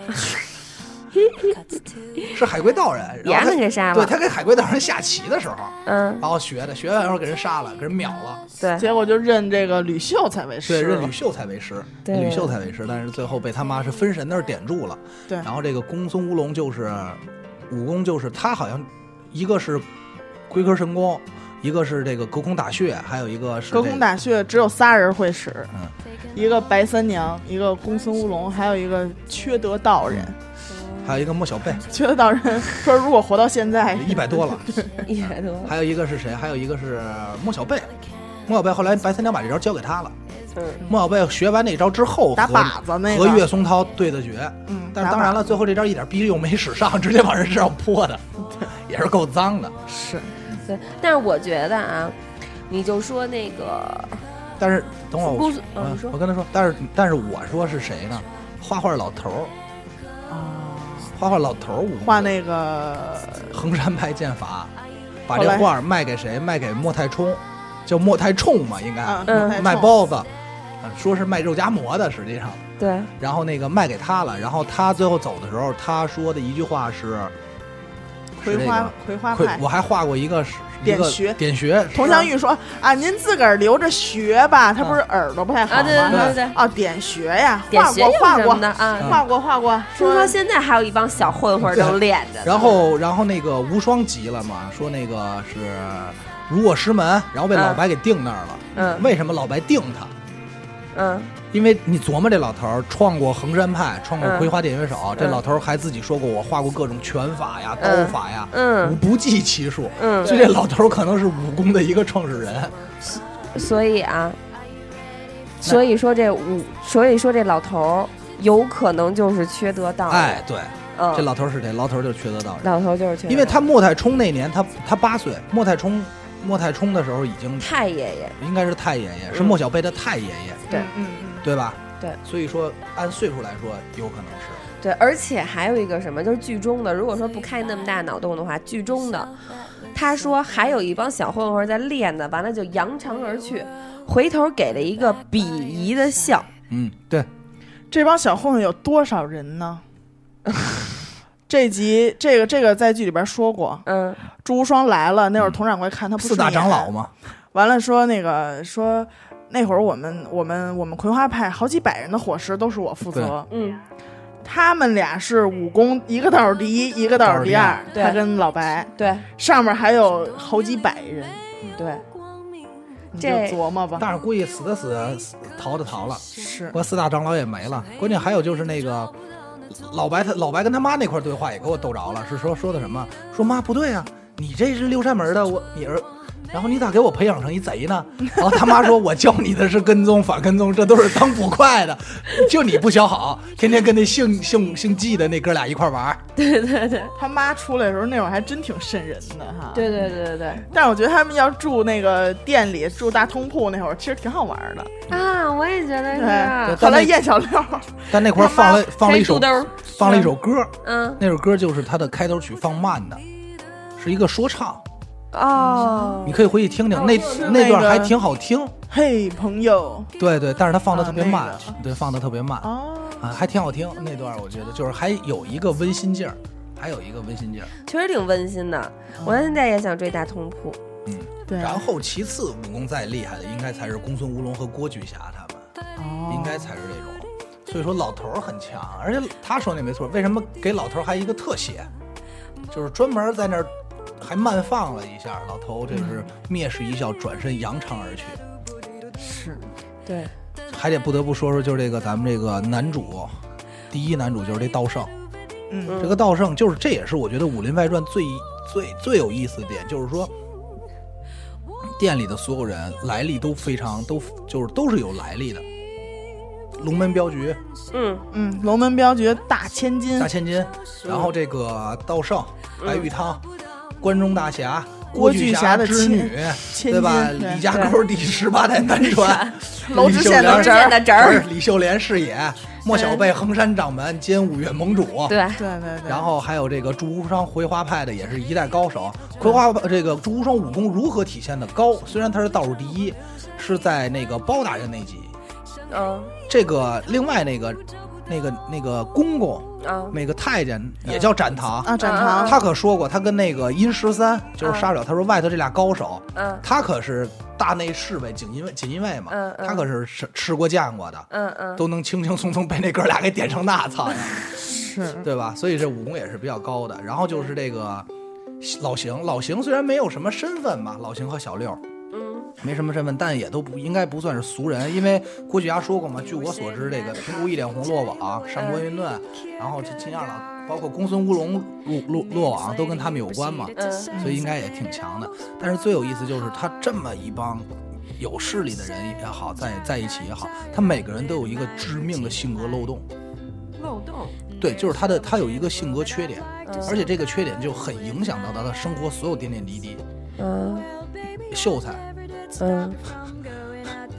是海龟道人， 然后他给杀了。 对，他给海龟道人下棋的时候，然后学完以后给人杀了，给人秒了。 对， 结果就认这个吕秀才为师。 对，认吕秀才为师。吕秀才为师，但是最后被他妈是分神那儿点住了。 对， 然后这个公孙乌龙就是武功，就是他好像一个是龟壳神功，一个是这个隔空打穴，还有一个是隔空打穴，只有仨人会使。一个白三娘，一个公孙乌龙，还有一个缺德道人。 还有一个莫小贝， 缺德道人说如果活到现在 100多了 ，100多。 还有一个是谁？还有一个是莫小贝。莫小贝后来白三娘把这招交给他了。莫小贝学完那招之后， 打靶子那个和岳松涛对的决。但是当然了，最后这招一点逼又没使上，直接往人身上泼的，也是够脏的。 是， 对。但是我觉得啊，你就说那个。 但是等会儿我跟他说，但是我说是谁呢？画画老头儿画画老头儿， 画那个衡山派剑法，把这画卖给谁？卖给莫太冲，叫莫太冲嘛，应该卖包子，说是卖肉夹馍的，实际上对。 然后那个卖给他了，然后他最后走的时候，他说的一句话是。 葵花派， 我还画过一个点穴。佟湘玉说啊，您自个儿留着学吧，他不是耳朵不太好吗？ 对。 啊，点穴呀， 画过的啊， 画过。 听说现在还有一帮小混混都练着。 然后那个无双急了嘛，说那个是如我师门，然后被老白给定那儿了。为什么老白定他？因为你琢磨这老头创过衡山派，创过葵花点穴手，这老头还自己说过我画过各种拳法呀、刀法呀，不计其数。所以这老头可能是武功的一个创始人。 所以说这老头有可能就是缺德道人。 哎，对，这老头是谁？老头就是缺德道人。 老头就是缺德， 因为他莫太冲那年他8岁，莫太冲的时候已经太爷爷， 应该是太爷爷，是莫小贝的太爷爷。 对， 对吧？ 对， 所以说按岁数来说，有可能是。 对，而且还有一个什么，就是剧中的，如果说不开那么大脑洞的话，剧中的他说还有一帮小混混在练的，完了就扬长而去，回头给了一个鄙夷的笑。 对， 这帮小混混有多少人呢？这集这个在剧里边说过，朱无双来了，那会儿佟掌柜看他不顺眼， 四大长老嘛， 完了说那会儿我们葵花派好几百人的伙食都是我负责，他们俩是武功一个道第一，一个道第二，他跟老白， 对， 上面还有好几百人， 对， 你就琢磨吧。 但是估计死的死，逃的逃了， 是， 我四大长老也没了。关键还有就是那个老白跟他妈那块对话也给我逗着了，是说的什么？说妈不对啊，你这是六扇门的，你儿。然后你咋给我培养成一贼呢？然后他妈说：“我教你的是跟踪反跟踪，这都是当捕快的，就你不学好，天天跟那姓季的那哥俩一块玩。” 对， 他妈出来的时候那会儿还真挺瘆人的哈。 对。 但是我觉得他们要住那个店里住大通铺那会儿，其实挺好玩的啊。我也觉得是。 后来验小六， 但那块放了一首歌，那首歌就是他的开头曲，放慢的，是一个说唱。你可以回去听听，那段还挺好听。 嘿，朋友， 对，但是他放的特别慢，对，放的特别慢还挺好听。那段我觉得就是还有一个温馨劲儿， 确实挺温馨的。我现在也想追大通铺。 对。 然后其次，武功再厉害的，应该才是公孙无龙和郭巨侠他们，应该才是这种。所以说老头很强，而且他说那没错，为什么给老头还一个特写，就是专门在那儿。还慢放了一下，老头这是蔑视一笑，转身扬长而去。 是， 对， 还得不得不说，就是这个咱们这个男主，第一男主就是这道圣。这个道圣就是这也是我觉得《武林外传》最有意思的点，就是说店里的所有人来历都非常都是有来历的。龙门镖局， 龙门镖局大千金， 然后这个道圣、白玉汤。关中大侠郭巨侠的织女，对吧？李家沟第18代单传， 娄知县的侄儿， 李秀莲饰演，莫小贝衡山掌门兼五岳盟主， 对。 然后还有这个朱无双葵花派的也是一代高手。这个朱无双武功如何体现的高？虽然他是倒数第一，是在那个包大人那集。这个另外那个公公。那个太监也叫展堂展堂， 他可说过，他跟那个殷13就是杀手，他说外头这俩高手，他可是大内侍卫锦衣卫嘛，他可是吃过见过的，都能轻轻松松被那哥俩给点成那操呀， 是对吧？所以这武功也是比较高的。然后就是这个老邢虽然没有什么身份吧，老邢和小六。没什么身份，但也都应该不算是俗人，因为郭巨侠说过嘛，据我所知，这个平湖一脸红落网、上官云顿，然后秦二老，包括公孙无龙落网都跟他们有关嘛，所以应该也挺强的。但是最有意思就是他这么一帮有势力的人也好，在一起也好，他每个人都有一个致命的性格漏洞。对，就是他有一个性格缺点，而且这个缺点就很影响到他的生活所有点点滴滴。秀才。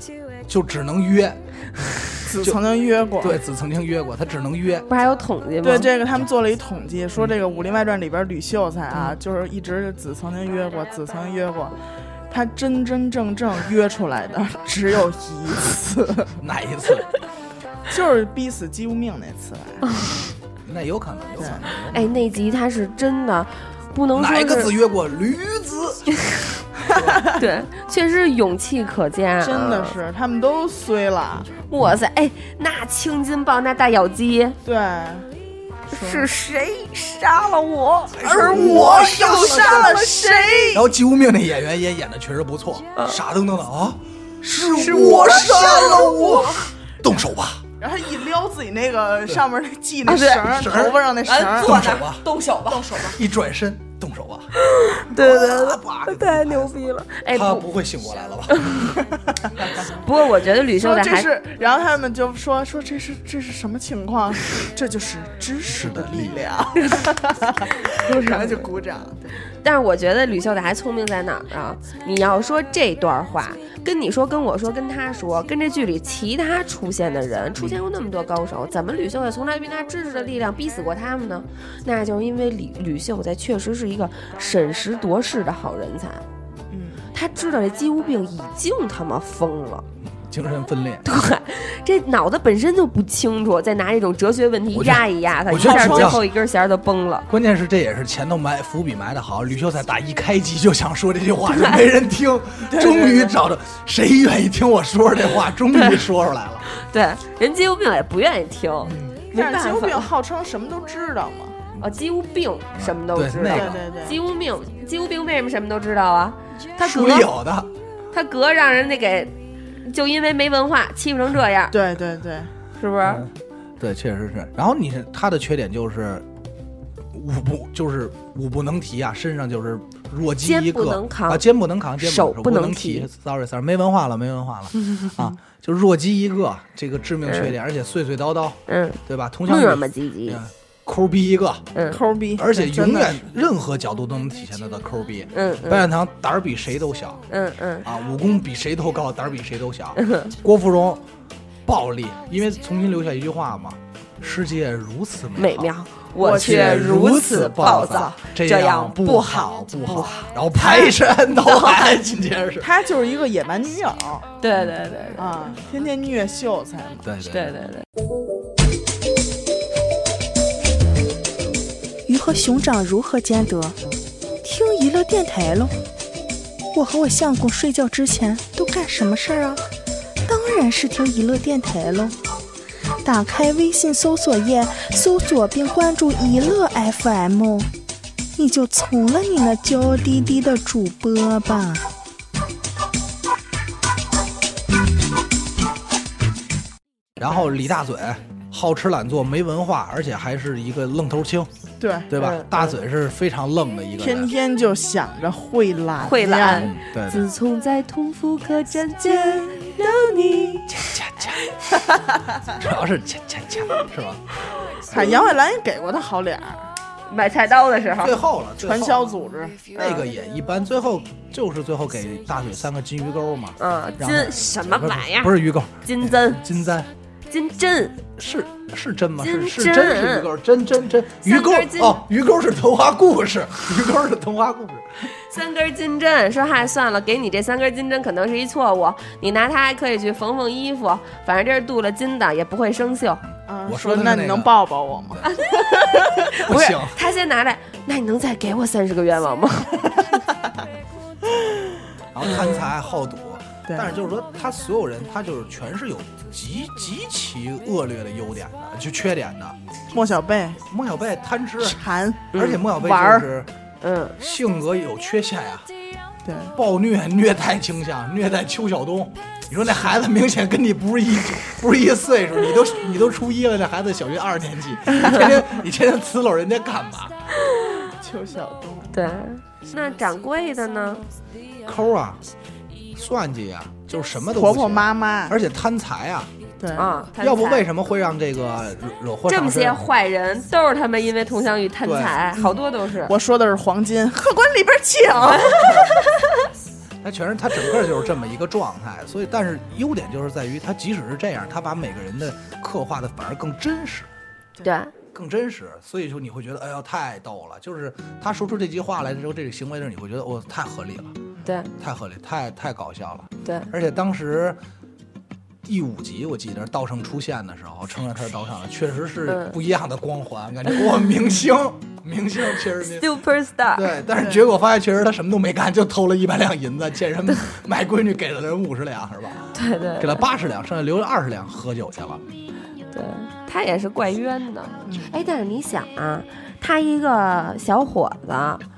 就只能约。 子曾经约过， 对，子曾经约过，他只能约。 不是还有统计吗？ 对，这个他们做了一统计，说这个《武林外传》里边吕秀才啊，就是一直子曾经约过，子曾经约过，他真真正正约出来的只有一次。 哪一次？ 就是逼死姬无命那次来。 那有可能，有可能。 哎，那集他是真的不能说哪个子约过驴子？ 对，确实勇气可嘉， 真的是他们都衰了。 哇塞，哎，那青筋豹那大咬肌， 对， 是谁杀了我， 而我又杀了谁？ 然后姬无命那演员也演的确实不错，傻瞪瞪的啊，是我杀了我，动手吧。 然后他一撩自己那个上面那系那绳，头发上那绳， 动手吧， 动手吧， 动手吧， 一转身动手吧。 对对对，太牛逼了！哎， 他不会醒过来了吧？ 不过我觉得吕秀才还是，然后他们就说这是什么情况？这就是知识的力量。然后就鼓掌。 但是我觉得吕秀才还聪明在哪儿啊？你要说这段话，跟你说、跟我说、跟他说，跟这剧里其他出现的人出现过那么多高手，怎么吕秀才从来没拿知识的力量逼死过他们呢？那就是因为吕秀才确实是一个审时度势的好人才。他知道这姬无病已经他妈疯了。 精神分裂， 对，这脑子本身就不清楚，再拿这种哲学问题压一压他，一下最后一根弦就崩了。 关键是这也是前头伏笔埋的好，吕秀才打一开机就想说这句话，就没人听，终于找到谁愿意听我说这话，终于说出来了。 对，人姬无病也不愿意听， 但是姬无病号称什么都知道嘛。 哦，姬无病什么都知道， 对， 姬无病为什么什么都知道啊？他书里有的， 他哥让人家给。就因为没文化欺负成这样， 对， 是不是？ 对，确实是。然后他的缺点就是武不能提啊，身上就是弱鸡一个，肩不能扛，肩不能扛， 手不能提。Sorry， 没文化了啊，就弱鸡一个，这个致命缺点，而且碎碎叨叨，对吧？同乡磨磨唧唧。 抠逼一个， 抠逼， 而且永远任何角度都能体现他的抠逼。白展堂胆儿比谁都小，武功比谁都高，胆儿比谁都小。郭芙蓉暴力，因为重新留下一句话嘛：世界如此美妙， 我却如此暴躁， 这样不好。然后排山倒海，紧接着是他就是一个野蛮女友， 对啊，天天虐秀才嘛， 对。 鱼和熊掌如何兼得？听娱乐电台喽！我和我相公睡觉之前都干什么事儿啊？当然是听娱乐电台喽！打开微信搜索页，搜索并关注娱乐 FM， 你就从了你那娇滴滴的主播吧。 然后李大嘴好吃懒做，没文化，而且还是一个愣头青。对吧？大嘴是非常愣的一个人， 天天就想着会懒。 对。 自从在同福客栈见了你， 主要是恰是吧？ 看杨伟兰也给过他好脸儿， 买菜刀的时候， 最后了， 传销组织那个也一般，最后给大嘴3个金鱼钩嘛。 金什么玩意儿？ 不是鱼钩， 金簪。金针是针吗？是针是鱼钩，针鱼钩鱼钩是童话故事，3 根金针，说嗨算了，给你这3根金针可能是一错误，你拿它还可以去缝衣服，反正这是镀了金的，也不会生锈。 我说那你能抱抱我吗？ 不行， 他先拿来，那你能再给我30个愿望吗？ 然后贪财好赌。但是就是说，他所有人，他就是全是有极其恶劣的优点的，就缺点的。 莫小贝贪吃馋， 而且莫小贝就是性格有缺陷呀， 对， 暴虐待倾向，虐待邱晓东。你说那孩子明显跟你不是一岁数，你都初1了，那孩子小学2年级，你天天呲溜人家干嘛？ 邱晓东， 对，那掌柜的呢？ 抠啊。算计呀，就是什么都婆婆妈妈， 而且贪财啊， 对啊， 要不为什么会让这个惹祸上身？ 这么些坏人都是他们因为佟湘玉贪财，好多都是。 我说的是黄金，客官里边请。 他全是他整个就是这么一个状态，所以但是优点就是在于他即使是这样，他把每个人的刻画的反而更真实， 对， 更真实，所以说你会觉得哎呦太逗了，就是他说出这句话来的时候，这个行为的时候，你会觉得哦太合理了， 对， 太合理，太搞笑了， 对， 而且当时。第5集我记得道圣出现的时候，承认他是道圣了，确实是不一样的光环，感觉哇，明星确实 superstar， 对，但是结果发现确实他什么都没干，就偷了100两银子，欠人买闺女给了人50两是吧？ 对对， 给了80两，剩下留了20两喝酒去了。 对，他也是怪冤的。哎，但是你想啊，他一个小伙子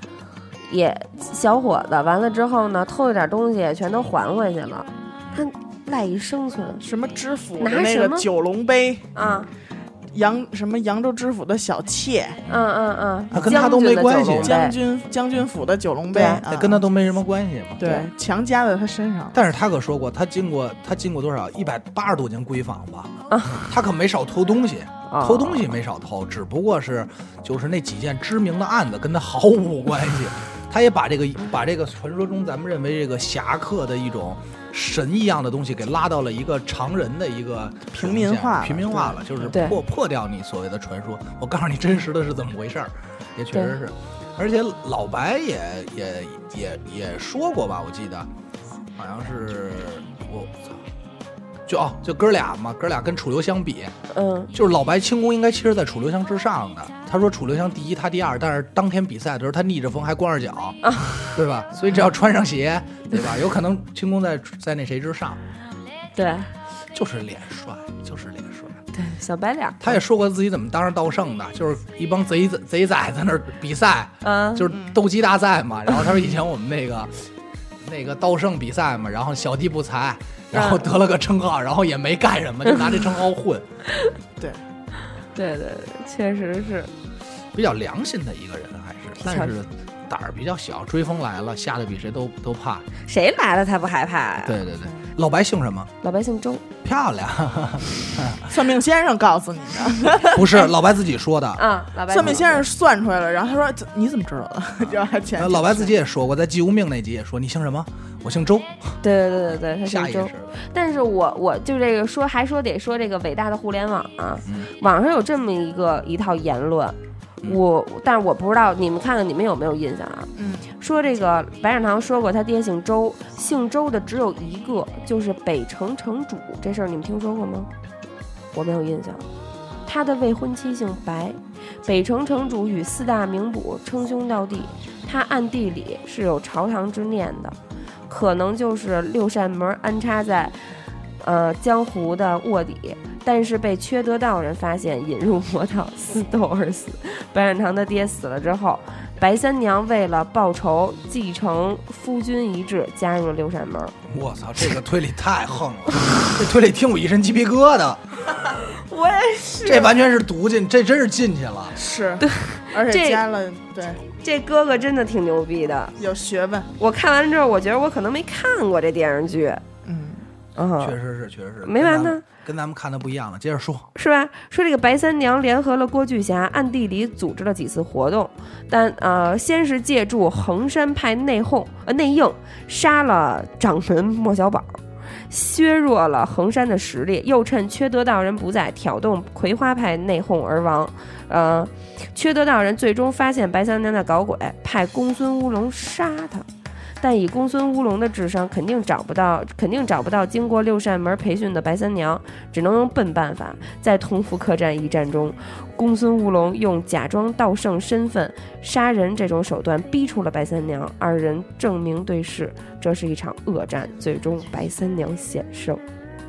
完了之后呢，偷了点东西全都还回去了，他赖以生存。 什么知府的拿那个九龙杯啊， 扬州知府的小妾， 跟他都没关系。 将军府的九龙杯， 跟他都没什么关系嘛。 对，强加在他身上。 但是他可说过，他经过多少180多间闺坊吧，他可没少偷东西，偷东西没少偷，只不过是就是那几件知名的案子跟他毫无关系。他也把这个传说中咱们认为这个侠客的一种神一样的东西给拉到了一个常人的一个平民化了，就是破掉你所谓的传说。我告诉你真实的是怎么回事儿，也确实是。而且老白也说过吧，我记得好像是我操。就哥俩嘛，哥俩跟楚留香比，就是老白轻功应该其实在楚留香之上的。他说楚留香第一，他第2，但是当天比赛的时候他逆着风还光着脚，对吧？所以只要穿上鞋，对吧？有可能轻功在那谁之上。 对， 就是脸帅。 对，小白脸。 他也说过自己怎么当上道圣的，就是一帮贼仔在那儿比赛，就是斗鸡大赛嘛。然后他说以前我们那个道圣比赛嘛，然后小弟不才。然后得了个称号，然后也没干什么，就拿这称号混。 对，确实是比较良心的一个人，还是，但是胆儿比较小，追风来了，吓得比谁都怕。 谁来了他不害怕呀？ 对，老白姓什么？ 老白姓周。 漂亮。 算命先生告诉你的？ 不是，老白自己说的啊。 算命先生算出来了，然后他说你怎么知道的？ 老白自己也说过，在祭无命那集也说你姓什么？我姓周。 对，他姓周。但是我就这个说得说这个伟大的互联网啊，网上有这么一套言论。但是我不知道你们看看你们有没有印象啊？说这个白展堂说过他爹姓周，姓周的只有一个，就是北城城主。这事儿你们听说过吗？我没有印象。他的未婚妻姓白，北城城主与4大名捕称兄道弟，他暗地里是有朝堂之念的，可能就是6扇门安插在江湖的卧底，但是被缺德道人发现，引入魔道，私斗而死。白展堂的爹死了之后，白三娘为了报仇，继承夫君遗志，加入了6扇门。 我操，这个推理太横了，这推理听我一身鸡皮疙瘩。 我也是， 这完全是读进，这真是进去了。 是，对，而且加了这哥哥真的挺牛逼的， 有学问。 我看完之后，我觉得我可能没看过这电视剧。 确实是没完呢， 跟咱们看的不一样了。接着说， 是吧？说这个白三娘联合了郭巨侠，暗地里组织了几次活动，但先是借助衡山派内应杀了掌门莫小宝，削弱了衡山的实力，又趁缺德道人不在，挑动葵花派内讧而亡。缺德道人最终发现白三娘在搞鬼，派公孙乌龙杀他。但以公孙乌龙的智商，肯定找不到经过6扇门培训的白三娘，只能用笨办法。在同福客栈一战中，公孙乌龙用假装道圣身份杀人这种手段逼出了白三娘，二人正面对视，这是一场恶战，最终白三娘险胜。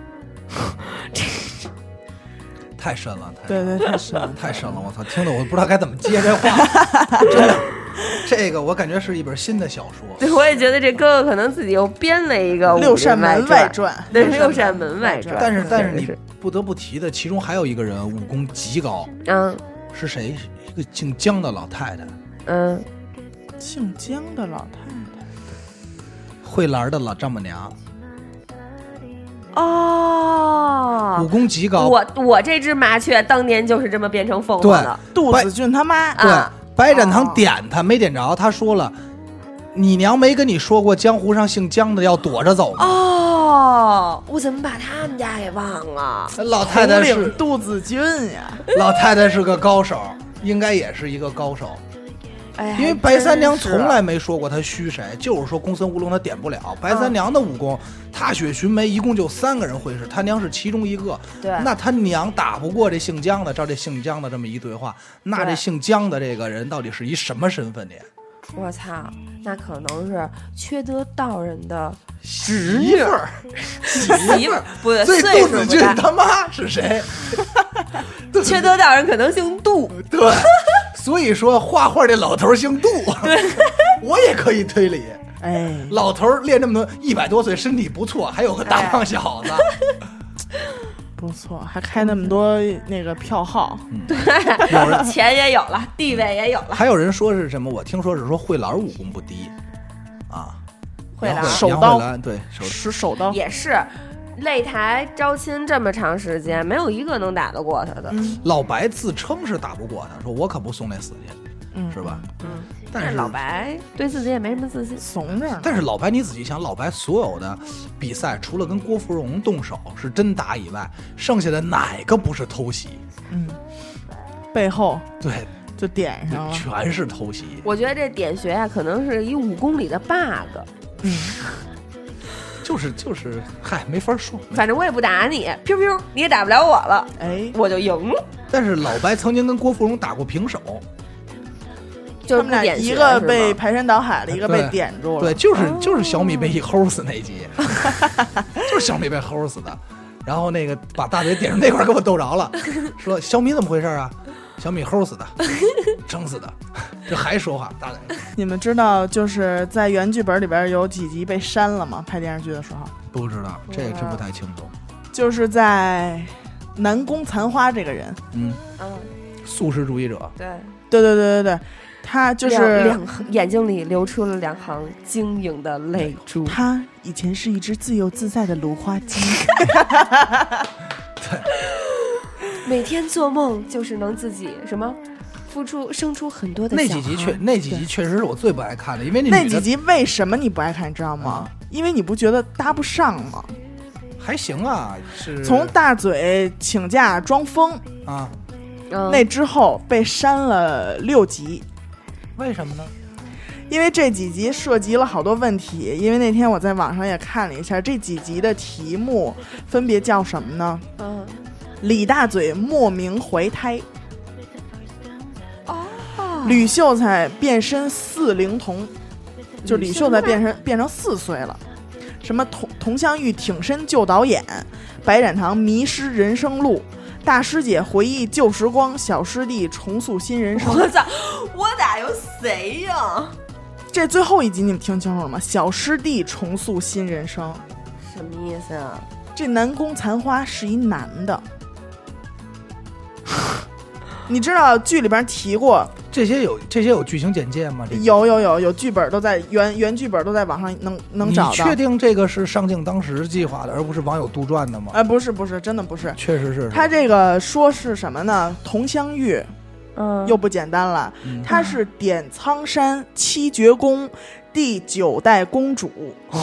太深了， 对，太深了，我操，听得我不知道该怎么接这话，真的。这个我感觉是一本新的小说。 对，我也觉得这哥哥可能自己又编了一个 6扇门外传。 对，6扇门外传。 但是你不得不提的，其中还有一个人武功极高。是谁？一个姓姜的老太太。 姓姜的老太太。 慧兰的老丈母娘。 武功极高。 我这只麻雀当年就是这么变成凤凰的。 杜子俊他妈。 对。白展堂点他没点着，他说了， 你娘没跟你说过江湖上姓江的要躲着走吗？ 哦，我怎么把他们家给忘了？ 老太太是杜子君呀， 老太太是个高手，应该也是一个高手。 哎， 因为白三娘从来没说过她虚谁，就是说公孙无龙她点不了。白三娘的武功，踏雪寻梅一共就3个人会师，她娘是其中一个。 对， 那她娘打不过这姓姜的，照这姓姜的这么一对话，那这姓姜的这个人到底是一什么身份呢？ 我操，那可能是缺德道人的媳妇儿， 媳妇儿不对， 所以岁数杜子君不大。 他妈是谁？ 缺德道人可能姓杜。 对，所以说画画这老头姓杜。对，我也可以推理。 哎， 老头练这么多，100多岁，身体不错，还有个大胖小子。 不错，还开那么多那个票号， 对，钱也有了，地位也有了。 还有人说是什么？我听说是说慧兰武功不低啊， 慧兰手刀， 对， 手刀也是。擂台招亲这么长时间，没有一个能打得过他的。 老白自称是打不过他，说我可不送那死去，是吧？但是老白对自己也没什么自信， 怂着。 但是老白你仔细想，老白所有的比赛，除了跟郭芙蓉动手是真打以外，剩下的哪个不是偷袭？ 背后对， 就点上了， 全是偷袭。 我觉得这点穴啊，可能是一武功里的 bug。 就是，嗨，没法说。 反正我也不打你，你也打不了我了， 哎， 我就赢了。 但是老白曾经跟郭芙蓉打过平手， 就是他们俩一个被排山倒海了，一个被点住了。 对，就是小米被一齁死那集，就是小米被齁死的。然后那个把大嘴点上那块给我逗着了，说小米怎么回事啊？小米齁死的，整死的，这还说话大嘴。 你们知道就是在原剧本里边有几集被删了吗？拍电视剧的时候不知道，这也真不太清楚。 就是在南宫残花这个人， 素食主义者， 对，他就是眼睛里流出了2行晶莹的泪珠。 他以前是一只自由自在的芦花鸡， 对， 每天做梦就是能自己什么生出很多的那小孩。 那几集确实是我最不爱看的，因为那几集为什么你不爱看？你知道吗？因为你不觉得搭不上吗？ 还行啊，是从大嘴请假装疯啊， 那之后被删了6集。 为什么呢？ 因为这几集涉及了好多问题。因为那天我在网上也看了一下，这几集的题目分别叫什么呢？李大嘴莫名怀胎，吕秀才变身4龄童，就吕秀才变成4岁了。什么佟湘玉挺身救导演，白展堂迷失人生路，大师姐回忆旧时光，小师弟重塑新人生。 我操，我哪有谁呀？ 这最后一集你们听清楚了吗？小师弟重塑新人生， 什么意思啊？ 这南宫残花是一男的。你知道剧里边提过这些有剧情简介吗？ 有剧本都在原剧本都在网上能找到。 你确定这个是上镜当时计划的，而不是网友杜撰的吗？ 不是，真的不是， 确实是。 他这个说是什么呢？佟湘玉，又不简单了，她是点苍山7绝宫第9代公主。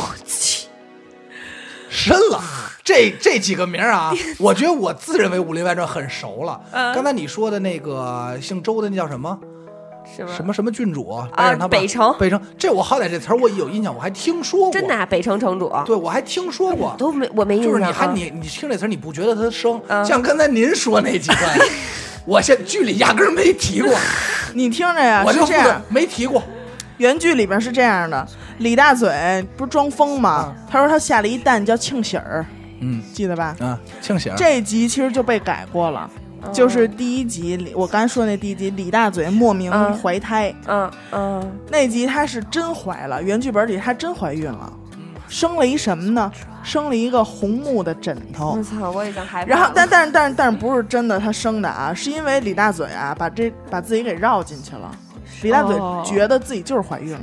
深了，这几个名啊，我觉得我自认为《武林外传》很熟了。刚才你说的那个姓周的那叫什么？什么郡主啊？ 北城， 这我好歹这词儿我有印象，我还听说过。 真的北城城主？ 对，我还听说过， 我没印象。 就是你听这词儿，你不觉得他生？像刚才您说那几段，我现剧里压根儿没提过。 你听着呀， 我就这样没提过。 原剧里边是这样的，李大嘴不是装疯吗？他说他下了一蛋叫庆喜儿，记得吧？ 庆喜儿。 这集其实就被改过了，就是第1集，我刚才说那第1集，李大嘴莫名怀胎，那集他是真怀了，原剧本里他真怀孕了，生了一什么呢？生了一个红木的枕头。 我操，我已经害怕了。 然后但是不是真的他生的啊？是因为李大嘴啊把自己给绕进去了。李大嘴觉得自己就是怀孕了，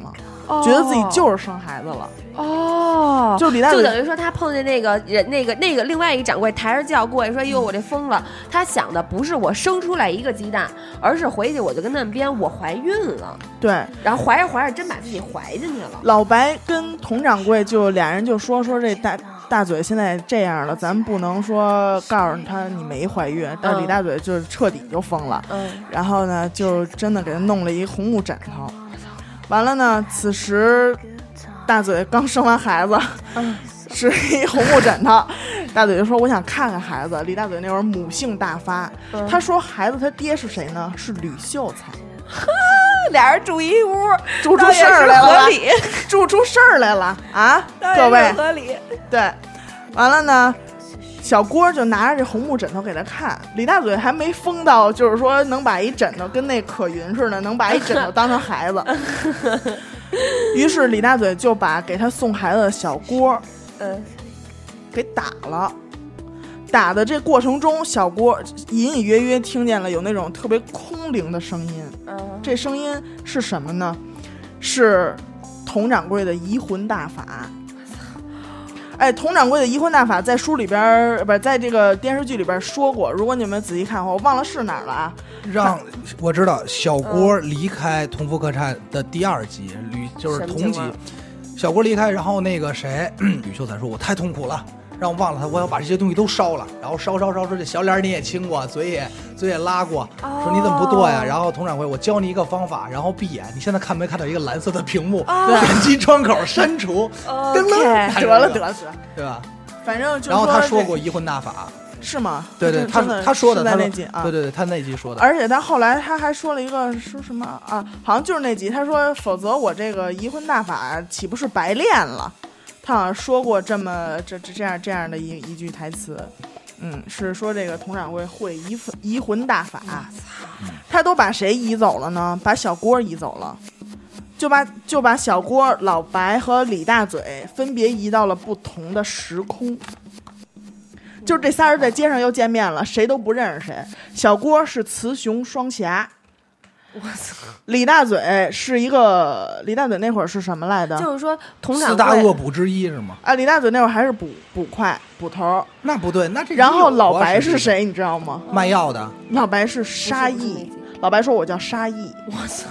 觉得自己就是生孩子了。 哦， 就李大嘴， 就等于说他碰见那个人，那个另外一个掌柜抬着轿过来说：“哟，我这疯了。”他想的不是我生出来一个鸡蛋，而是回去我就跟他们编我怀孕了。 对， 然后怀着怀着真把自己怀进去了。 老白跟佟掌柜就俩人就说这大嘴现在这样了，咱们不能说告诉他你没怀孕，但李大嘴就是彻底就疯了。然后呢，就真的给他弄了一红木枕头。完了呢，此时大嘴刚生完孩子，是一红木枕头。大嘴就说：“我想看看孩子。”李大嘴那会儿母性大发，他说：“孩子他爹是谁呢？是吕秀才。” 俩人住一屋， 住出事儿来了，合理，住出事儿来了啊！各位， 合理。 对，完了呢，小郭就拿着这红木枕头给他看。李大嘴还没疯到，就是说能把一枕头跟那可云似的，能把一枕头当成孩子。于是李大嘴就把给他送孩子的小郭，给打了。打的这过程中，小郭隐隐约约听见了有那种特别空灵的声音。这声音是什么呢？是佟掌柜的移魂大法。哎，佟掌柜的移魂大法在书里边，不是在这个电视剧里边说过。如果你们仔细看的话，我忘了是哪儿了啊？ 我知道小郭离开同福客栈的第2集，就是同集。小郭离开，然后那个谁，吕秀才说：“我太痛苦了。”让我忘了他，我要把这些东西都烧了，然后烧，说这小脸你也亲过，嘴也拉过，说你怎么不剁呀？然后佟掌柜，我教你一个方法，然后闭眼，你现在看没看到一个蓝色的屏幕？点击窗口删除， 得了， 对吧？ 反正就然后他说过移魂大法。 是吗？ 对，他说的， 在那集啊， 对，他那集说的。 而且他后来他还说了一个说什么啊？好像就是那集，他说否则我这个移魂大法岂不是白练了？他好像说过这样的一句台词，是说这个佟掌柜会移魂大法。他都把谁移走了呢？把小郭移走了，就把小郭、老白和李大嘴分别移到了不同的时空。就是这仨人在街上又见面了，谁都不认识谁。小郭是雌雄双侠， 我操！ 李大嘴那会儿是什么来的？ 就是说佟掌柜 4大恶补之一是吗？ 啊，李大嘴那会儿还是捕快捕头。 那不对，那这然后老白是谁？你知道吗？ 卖药的。 老白是沙溢。老白说：“我叫沙溢。” 我操！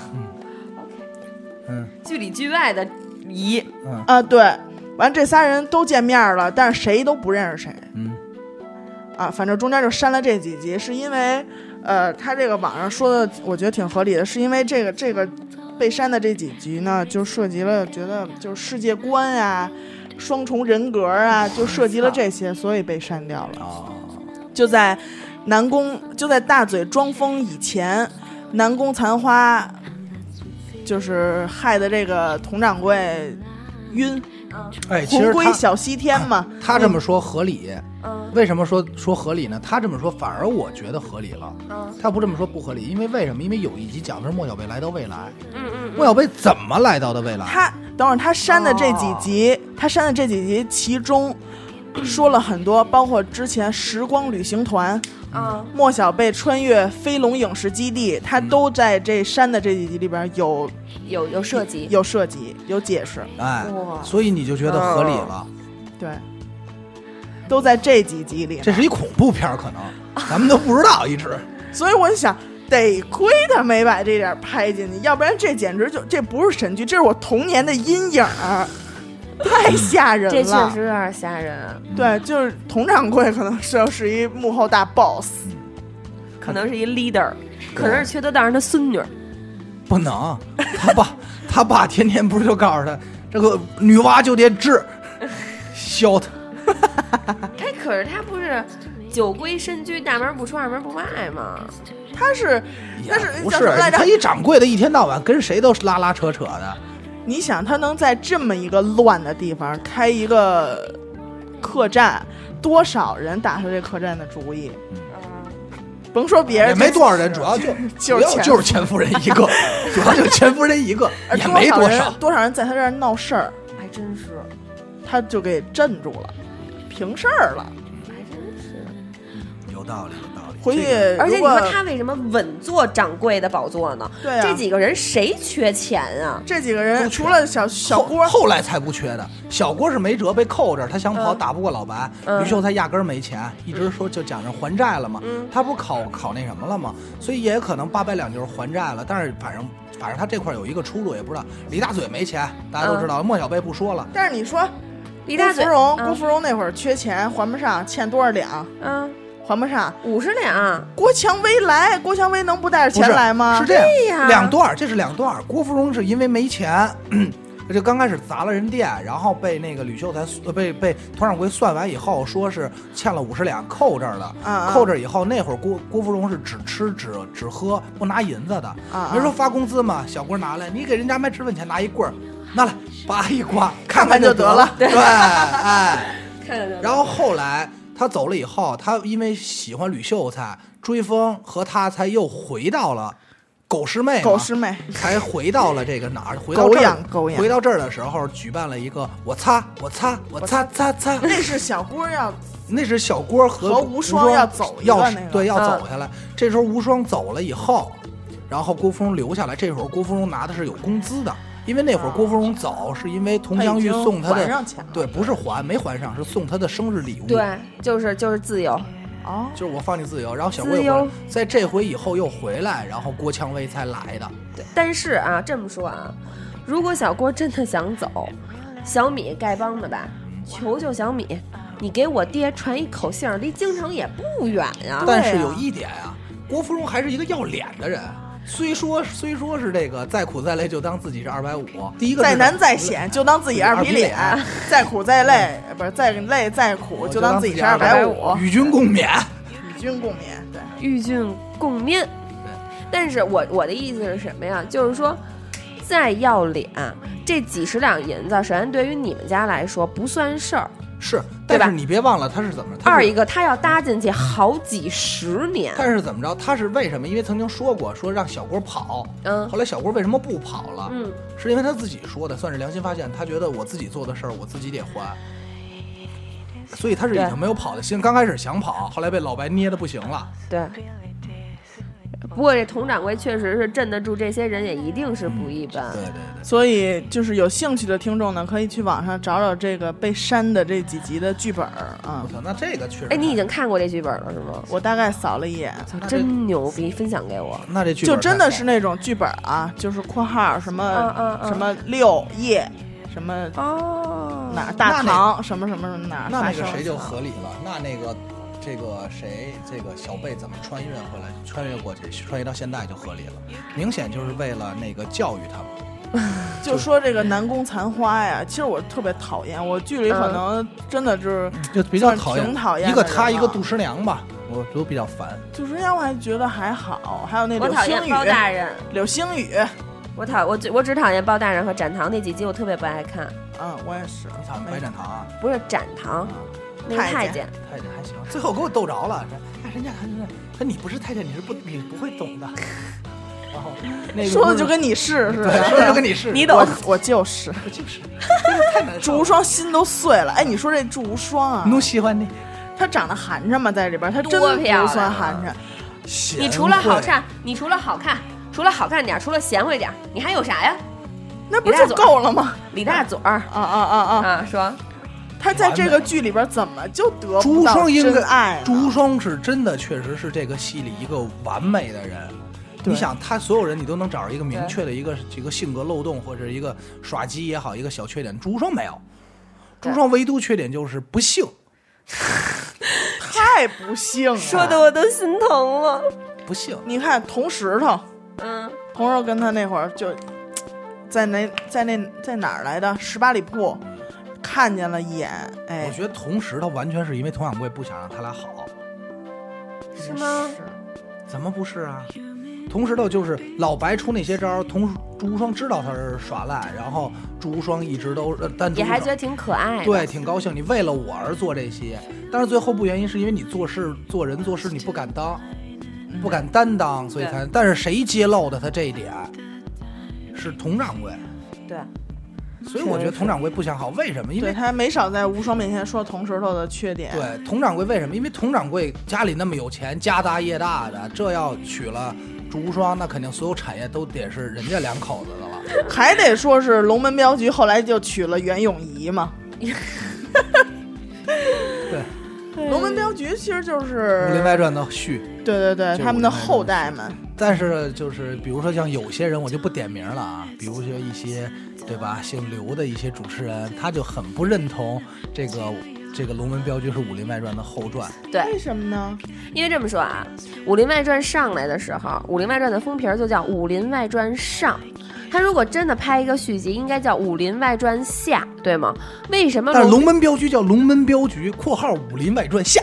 剧里剧外的移。 对。完，这仨人都见面了，但是谁都不认识谁。反正中间就删了这几集，是因为他这个网上说的我觉得挺合理的，是因为这个被删的这几集呢，就涉及了觉得就世界观啊、双重人格啊，就涉及了这些，所以被删掉了。就在大嘴装疯以前，南宫残花就是害的这个佟掌柜晕。 其实魂归小西天嘛， 他这么说合理。为什么说合理呢？他这么说反而我觉得合理了。他不这么说不合理，因为为什么？因为有一集讲的是莫小贝来到未来。莫小贝怎么来到的未来？ 他删的这几集，其中说了很多，包括之前时光旅行团。莫小贝穿越飞龙影视基地，他都在这删的这几集里边有涉及， 有解释。 所以你就觉得合理了。 对，都在这几集里。 这是一恐怖片，可能咱们都不知道一直。 所以我就想，得亏他没把这点拍进去，要不然这简直这不是神剧，这是我童年的阴影。太吓人了， 这确实有点吓人。 对，就是佟掌柜可能是一幕后大 boss， 可能是一 leader， 可能是缺德大人的孙女。 不能，他爸天天不是就告诉他，这个女娲就得治，削他。 可是他不是酒规深居，大门不出二门不迈吗？ 他是不是他一掌柜的，一天到晚跟谁都拉扯的。 你想他能在这么一个乱的地方开一个客栈，多少人打他这客栈的主意？甭说别人， 也没多少人，主要就是钱夫人一个，主要就是钱夫人一个，也没多少人在他这儿闹事儿， 还真是， 他就给镇住了，平事儿了， 还真是，有道理。 回去， 而且你说他为什么稳坐掌柜的宝座呢？ 对啊， 这几个人谁缺钱啊？ 这几个人除了小郭， 后来才不缺的。小郭是没辙，被扣着，他想跑打不过老白。吕秀才压根儿没钱，一直说就讲着还债了嘛。他不考那什么了吗？所以也可能800两就是还债了。但是反正他这块有一个出路，也不知道。李大嘴没钱，大家都知道。莫小贝不说了。 但是你说李大嘴， 郭芙蓉那会儿缺钱还不上，欠多少两？还不上 50两。 郭蔷薇来，郭蔷薇能不带着钱来吗？ 是这样，两段，这是两段。郭芙蓉是因为没钱，就刚开始砸了人店，然后被那个吕秀才被佟掌柜算完以后，说是欠了50两，扣这儿了。扣这儿以后，那会儿郭芙蓉是只吃只喝，不拿银子的。人说发工资嘛，小郭拿来，你给人家卖脂粉钱拿一棍儿，拿来叭一刮，看看就得了。对，哎，然后后来。他走了以后，他因为喜欢吕秀才，追风和他才又回到了狗师妹，才回到了这个哪儿？回到这儿，回到这儿的时候，举办了一个我擦， 那是小郭那是小郭和无双要走一个那个， 对，要走下来。这时候无双走了以后，然后郭芙蓉留下来。这会儿郭芙蓉拿的是有工资的。因为那会儿郭芙蓉走，是因为佟湘玉送她的，对，不是没还上，是送她的生日礼物。 对，就是自由， 就是我放你自由。然后小郭又在这回以后又回来，然后郭蔷薇才来的。 对，但是啊，这么说啊，如果小郭真的想走，小米丐帮的吧，求求小米，你给我爹传一口信，离京城也不远呀。 但是有一点啊，郭芙蓉还是一个要脸的人。虽说是这个再苦再累就当自己是250，第一个再难再险就当自己2皮脸，再苦再累不是再累再苦就当自己是250， 与君共勉， 对， 与君共勉。但是我的意思是什么呀？就是说，再要脸，这几十两银子，首先对于你们家来说不算事儿。 是，但是你别忘了他是怎么着。 二一个，他要搭进去好几10年。 但是怎么着？他是为什么？因为曾经说过，说让小郭跑。后来小郭为什么不跑了？是因为他自己说的，算是良心发现。他觉得我自己做的事儿，我自己得还。所以他是已经没有跑的心。刚开始想跑，后来被老白捏的不行了。 对。不过这佟掌柜确实是镇得住这些人，也一定是不一般。 对。 所以就是有兴趣的听众呢，可以去网上找找这个被删的这几集的剧本啊。 那这个确实。 哎，你已经看过这剧本了是吗？ 我大概扫了一眼， 真牛逼，分享给我。 那这剧本就真的是那种剧本啊，就是括号什么什么6页什么哪大堂什么哪。 那个谁就合理了。那个。这个谁，这个小贝怎么穿越回来，穿越过去，穿越到现在就合理了，明显就是为了那个教育他们。 就说这个南宫残花呀，其实我特别讨厌，我剧里可能真的就比较讨厌， 挺讨厌一个他一个杜十娘吧，我都比较烦。 杜十娘我还觉得还好，还有那柳星宇， 包大人， 柳星宇， 我只讨厌包大人和展堂那几集，我特别不爱看。 我也是。 你讨厌白展堂啊？ 不是展堂。那个太监还行，最后给我逗着了。人家他你不是太监，你不会懂的。然后那个说的就跟你是吧？ 说的就跟你是， 你懂， 我就是， 太难受。 祝无双心都碎了。哎，你说这祝无双啊， 我喜欢你。 他长得寒碜吗？在里边，他真不算寒碜。 你除了好看，除了好看点，除了贤惠点，你还有啥呀？ 那不就够了吗？ 李大嘴儿说。 他在这个剧里边怎么就得不到真爱？ 朱无双是真的，确实是这个戏里一个完美的人。你想，他所有人你都能找着一个明确的一个性格漏洞，或者一个耍鸡也好，一个小缺点。朱无双没有，朱无双唯独缺点就是不幸， 太不幸了， 说的我都心疼了。 不幸， 你看铜石头，铜石头跟他那会儿就在哪儿来的18里铺。看见了一眼，哎， 我觉得铜石头完全是因为佟掌柜不想让他俩好， 是吗？ 怎么不是啊？铜石头就是老白出那些招，朱无双知道他是耍赖，然后朱无双一直都也还觉得挺可爱的， 对，挺高兴。你为了我而做这些，但是最后不原因是因为你做事做人做事你不敢当，不敢担当，所以才。但是谁揭露的他这一点？是佟掌柜。 对。 所以我觉得佟掌柜不想好，为什么？因为他没少在无双面前说佟石头的缺点。 对，佟掌柜为什么？因为佟掌柜家里那么有钱，家大业大的，这要娶了祝无双，那肯定所有产业都得是人家两口子的了。 还得说是龙门镖局后来就娶了袁咏仪嘛。 对， 龙门镖局其实就是 《武林外传》的续。 对，他们的后代们。 但是就是比如说像有些人我就不点名了啊，比如说一些对吧姓刘的一些主持人，他就很不认同这个龙门镖局是《武林外传》的后传。 对， 为什么呢？ 因为这么说啊，《武林外传》上来的时候，《武林外传》的封皮就叫《武林外传上》。他如果真的拍一个续集，应该叫《武林外传下》，对吗？为什么？ 但是龙门镖局叫龙门镖局（括号武林外传下）。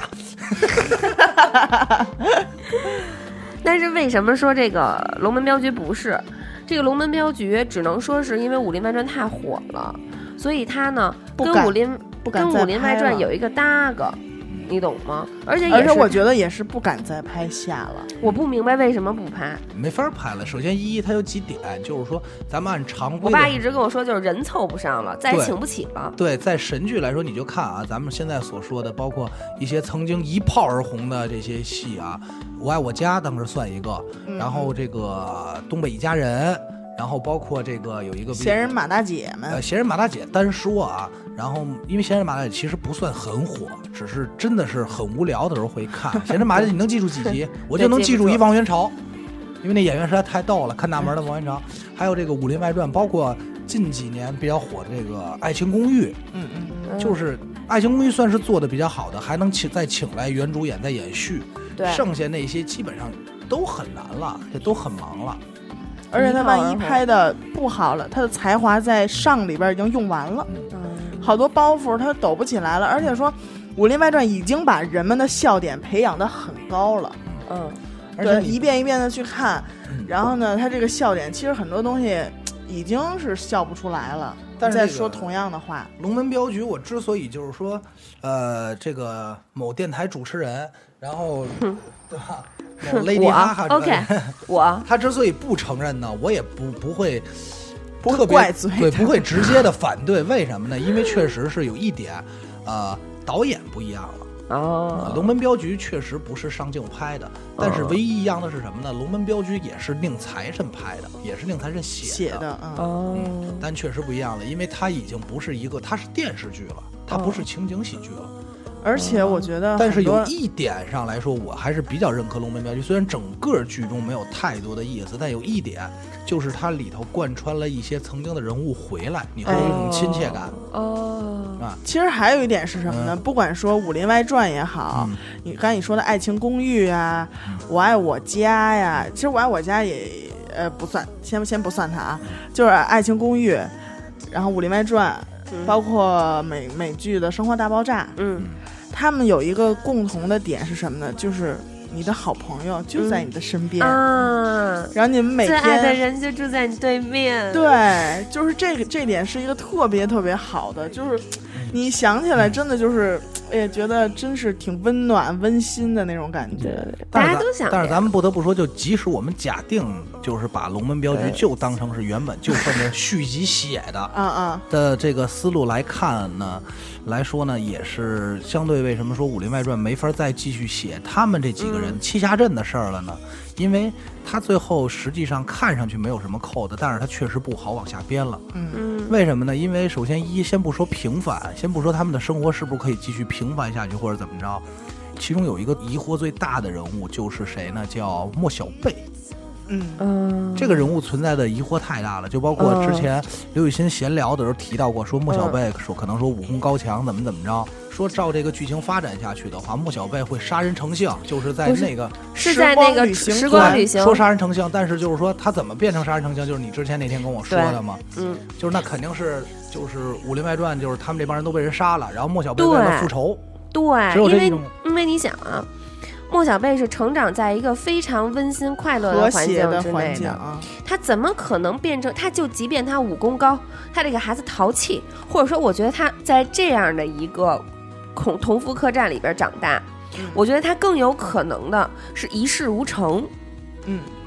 但是为什么说这个龙门镖局不是？这个龙门镖局只能说是因为《武林外传》太火了，所以它呢跟武林外传有一个搭个。你懂吗？而且我觉得也是不敢再拍下了。 我不明白为什么不拍， 没法拍了。首先它有几点，就是说咱们按常规， 我爸一直跟我说，就是人凑不上了，再请不起了。 对，在神剧来说，你就看啊，咱们现在所说的，包括一些曾经一炮而红的这些戏啊，《我爱我家》当时算一个，然后这个《东北一家人》。然后包括这个有一个闲人马大姐们， 闲人马大姐单说啊，然后因为闲人马大姐其实不算很火，只是真的是很无聊的时候会看。闲人马大姐你能记住几集？我就能记住一王元朝，因为那演员实在太逗了，看大门的王元朝，还有这个《武林外传》，包括近几年比较火的这个《爱情公寓》，就是《爱情公寓》算是做的比较好的，还能再请来原主演再演续， 对， 剩下那些基本上都很难了，这都很忙了。 而且他万一拍的不好了，他的才华在上里边已经用完了，好多包袱他抖不起来了。而且说《武林外传》已经把人们的笑点培养得很高了，对，一遍一遍的去看，然后呢，他这个笑点其实很多东西已经是笑不出来了。但是再说同样的话， 龙门镖局我之所以就是说，这个某电台主持人，然后对吧？Lady 哈哈 ，OK， 他之所以不承认呢，我也不会特别怪罪， 对，不会直接的反对。为什么呢？因为确实是有一点，导演不一样了。龙门镖局确实不是上镜拍的，但是唯一一样的是什么呢？龙门镖局也是宁财神拍的，也是宁财神写的。但确实不一样了，因为它已经不是一个，它是电视剧了，它不是情景喜剧了。 而且我觉得， 但是有一点上来说，我还是比较认可龙门镖局。虽然整个剧中没有太多的意思，但有一点就是它里头贯穿了一些曾经的人物回来，你会有一种亲切感。 其实还有一点是什么呢？不管说《武林外传》也好，你刚才你说的《爱情公寓》啊，《我爱我家》呀，其实《我爱我家》也不算，先不算它啊，就是《爱情公寓》，然后《武林外传》。包括美剧的《生活大爆炸》，他们有一个共同的点是什么呢？就是你的好朋友就在你的身边，然后你们每天最爱的人就住在你对面。 对，就是这点是一个特别特别好的，就是你想起来真的就是，哎呀，觉得真是挺温暖温馨的那种感觉。 大家都想。 但是咱们不得不说，就即使我们假定就是把龙门镖局就当成是原本就奔着续集写的的这个思路来看呢，来说呢，也是相对为什么说《武林外传》没法再继续写他们这几个人栖霞镇的事儿了呢？因为他最后实际上看上去没有什么扣的，但是他确实不好往下编了。为什么呢？因为首先先不说平凡，先不说他们的生活是不是可以继续平凡下去或者怎么着，其中有一个疑惑最大的人物就是谁呢？叫莫小贝。这个人物存在的疑惑太大了，就包括之前刘雨欣闲聊的时候提到过，说莫小贝说可能说武功高强，怎么着，说照这个剧情发展下去的话，莫小贝会杀人成性，就是在那个是在那个时光旅行说杀人成性，但是就是说他怎么变成杀人成性，就是你之前那天跟我说的嘛，就是那肯定是就是《武林外传》，就是他们这帮人都被人杀了，然后莫小贝为了复仇， 对，因为你想啊。莫小贝是成长在一个非常温馨快乐的环境之内的，他怎么可能变成？他就即便他武功高，他这个孩子淘气，或者说，我觉得他在这样的一个同福客栈里边长大，我觉得他更有可能的是一事无成。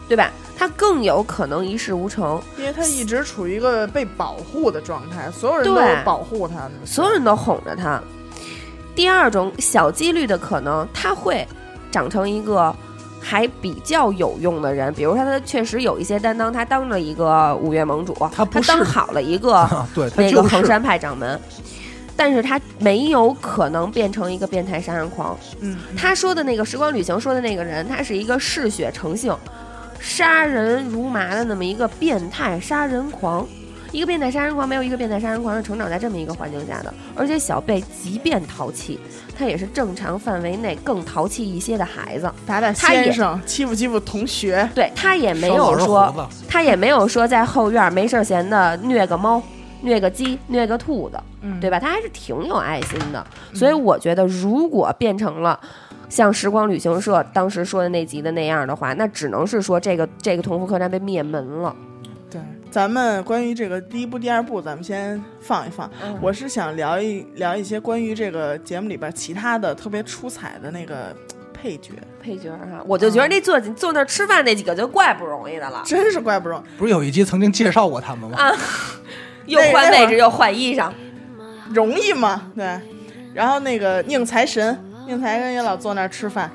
对吧？他更有可能一事无成， 因为他一直处于一个被保护的状态，所有人都保护他， 所有人都哄着他。第二种小几率的可能，他会长成一个还比较有用的人，比如说他确实有一些担当，他当了一个五岳盟主，他当好了一个对那个衡山派掌门。但是他没有可能变成一个变态杀人狂。他说的那个时光旅行说的那个人，他是一个嗜血成性、杀人如麻的那么一个变态杀人狂。一个变态杀人狂没有一个变态杀人狂是成长在这么一个环境下的。而且小贝即便淘气，他也是正常范围内更淘气一些的孩子， 打打先生，欺负同学。 对，他也没有说在后院没事闲的虐个猫、虐个鸡、虐个兔子，对吧？他还是挺有爱心的。所以我觉得，如果变成了像时光旅行社当时说的那集的那样的话，那只能是说这个同福客栈被灭门了。 对，咱们关于这个第一部、第二部，咱们先放一放。我是想聊一些关于这个节目里边其他的特别出彩的那个配角哈，我就觉得那坐那吃饭那几个就怪不容易的了， 真是怪不容易。 不是有一集曾经介绍过他们吗？ 又换位置又换衣裳， 容易吗？对。然后那个宁财神也老坐那儿吃饭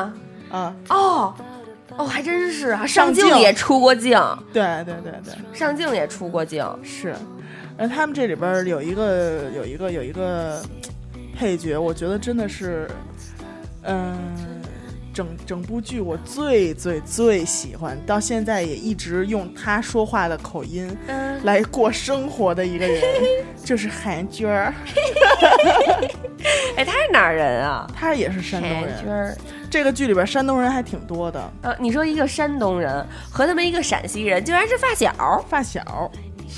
还真是啊！上镜也出过镜， 对， 上镜也出过镜， 是。而他们这里边有一个配角，我觉得真的是，整部剧我最喜欢，到现在也一直用他说话的口音来过生活的一个人，就是韩娟儿。 他是哪儿人啊？ 他也是山东人。韩娟儿，这个剧里边山东人还挺多的。 你说一个山东人和他们一个陕西人竟然是发小，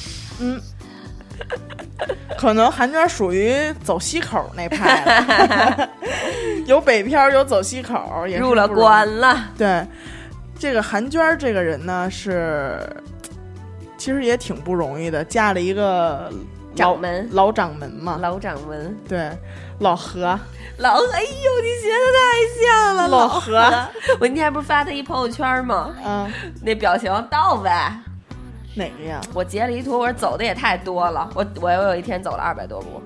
可能韩娟属于走西口那派有北漂有走西口，也入了关了。 对，这个韩娟这个人呢其实也挺不容易的，嫁了一个老掌门嘛， 老掌门， 对，老何， 哎呦，你学的太像了， 老何。 我那天不是发他一朋友圈吗？那表情到呗。 哪个呀？ 我截了一图，我说走的也太多了，我有一天走了200多步。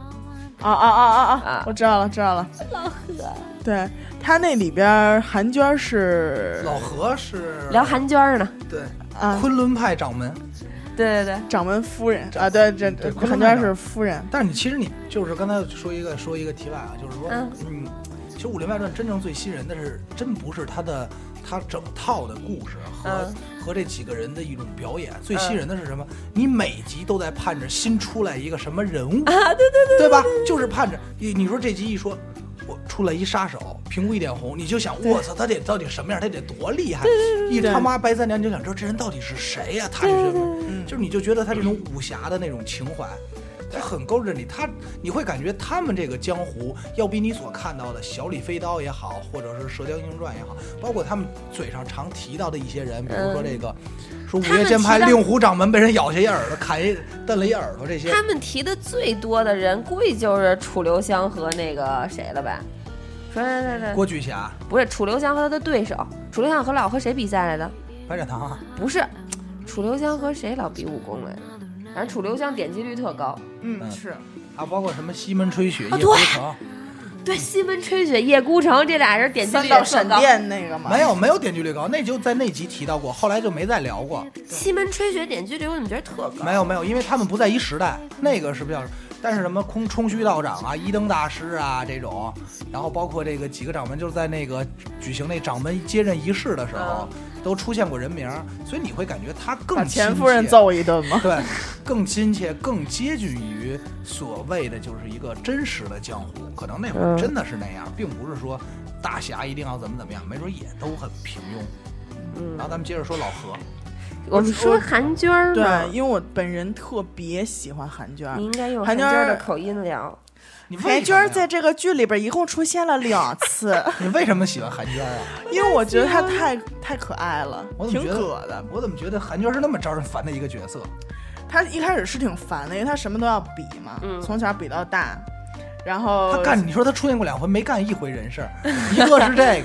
我知道了。 老何， 对，他那里边韩娟是老何是聊韩娟呢， 对昆仑派掌门， 对， 掌门夫人啊，对，这韩娟是夫人。 但是其实你就是刚才说一个题外啊，就是说，其实《武林外传》真正最吸引人的是，真不是他整套的故事和这几个人的一种表演，最吸引人的是什么？你每集都在盼着新出来一个什么人物啊，对吧？就是盼着你说这集一说，我出来一杀手，平步一点红，你就想，我操，他得到底什么样？他得多厉害！一他妈白三娘，你就想知道这人到底是谁呀？他是什么？就是你就觉得他这种武侠的那种情怀。他很勾着你，你会感觉他们这个江湖要比你所看到的小李飞刀也好，或者是《射雕英雄传》也好，包括他们嘴上常提到的一些人，比如说这个说五岳剑派令狐掌门被人咬下一耳朵，蹬了一耳朵，这些他们提的最多的人，估计就是楚留香和那个谁了呗？说郭巨侠不是楚留香和他的对手，楚留香和谁比赛来的？ 白展堂啊？ 不是，楚留香和谁老比武功来着？反正楚留香点击率特高， 是啊，包括什么西门吹雪、叶孤城， 对，西门吹雪、叶孤城这俩人点击率 3道闪电那个吗？ 没有点击率高，那就在那集提到过，后来就没再聊过。 西门吹雪点击率我怎么觉得特高？ 没有，因为他们不在一时代，那个是比较。但是什么冲虚道长啊、一灯大师啊这种，然后包括这个几个掌门，就是在那个举行那掌门接任仪式的时候，都出现过人名，所以你会感觉他更亲切， 把前夫人揍一顿吗？ 对，更亲切，更接近于所谓的就是一个真实的江湖。可能那会儿真的是那样，并不是说大侠一定要怎么样，没准也都很平庸。然后咱们接着说老何。 我们说韩娟儿， 对，因为我本人特别喜欢韩娟儿， 你应该用韩娟儿的口音聊。 韩娟儿在这个剧里边一共出现了2次。 你为什么喜欢韩娟啊？ 因为我觉得她太可爱了，挺可的。 我怎么觉得韩娟是那么招人烦的一个角色？ 她一开始是挺烦的，因为她什么都要比嘛，从小比到大。然后你说她出现过2回，没干1回人事儿，一个是这个。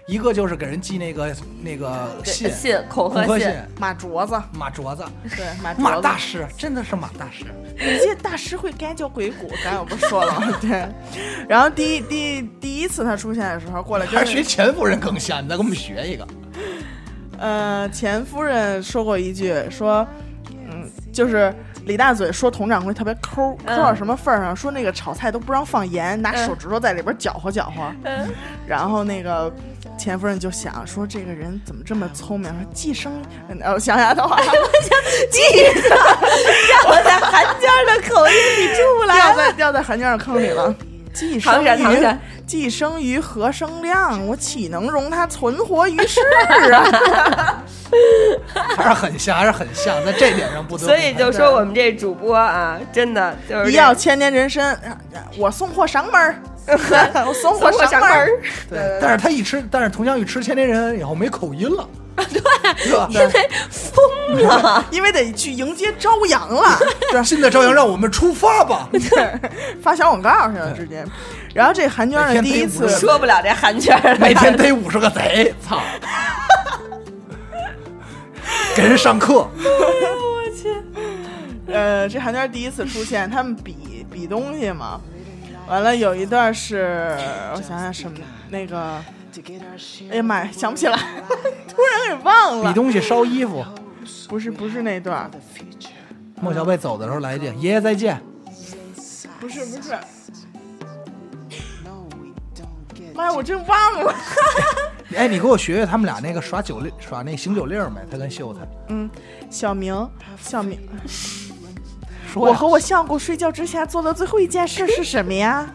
一个就是给人寄那个信恐吓信， 马镯子， 对， 马大师真的是马大师， 你这大师会干叫鬼谷，刚才我不是说了吗？对。然后第一次他出现的时候过来， 还是学钱夫人更像，你再给我们学一个。 钱夫人说过一句，说，就是李大嘴说佟掌柜特别抠到什么份上，说那个炒菜都不让放盐，拿手指头在里边搅和搅和。然后那个钱夫人就想说，这个人怎么这么聪明？说寄生，我想想的话， 寄生，让我在韩家的口音里出不来， 掉在韩家的坑里了。寄生于何生亮，我岂能容他存活于世啊？ 还是很像，在这点上不得不。 所以就说我们这主播啊，真的就是一要千年人参，我送货上门我送货上门。 对，但是佟湘玉吃千年人以后没口音了。 对吧？因为疯了， 因为得去迎接朝阳了。 对，新的朝阳，让我们出发吧！ 发小广告去了，直接。然后这韩娟的第一次说不了这韩娟， 每天逮50个贼，操！给人上课。 我去。 这韩娟第一次出现，他们比东西嘛。完了有一段是我想想什么那个。哎呀妈呀，想不起来，突然给忘了。 比东西烧衣服， 不是那段。 莫小贝走的时候来一句：“爷爷再见。” 不是。妈呀，我真忘了。 哎，你给我学学他们俩那个耍那行酒令没？他跟秀才。 小明，我和我相公睡觉之前做的最后一件事是什么呀？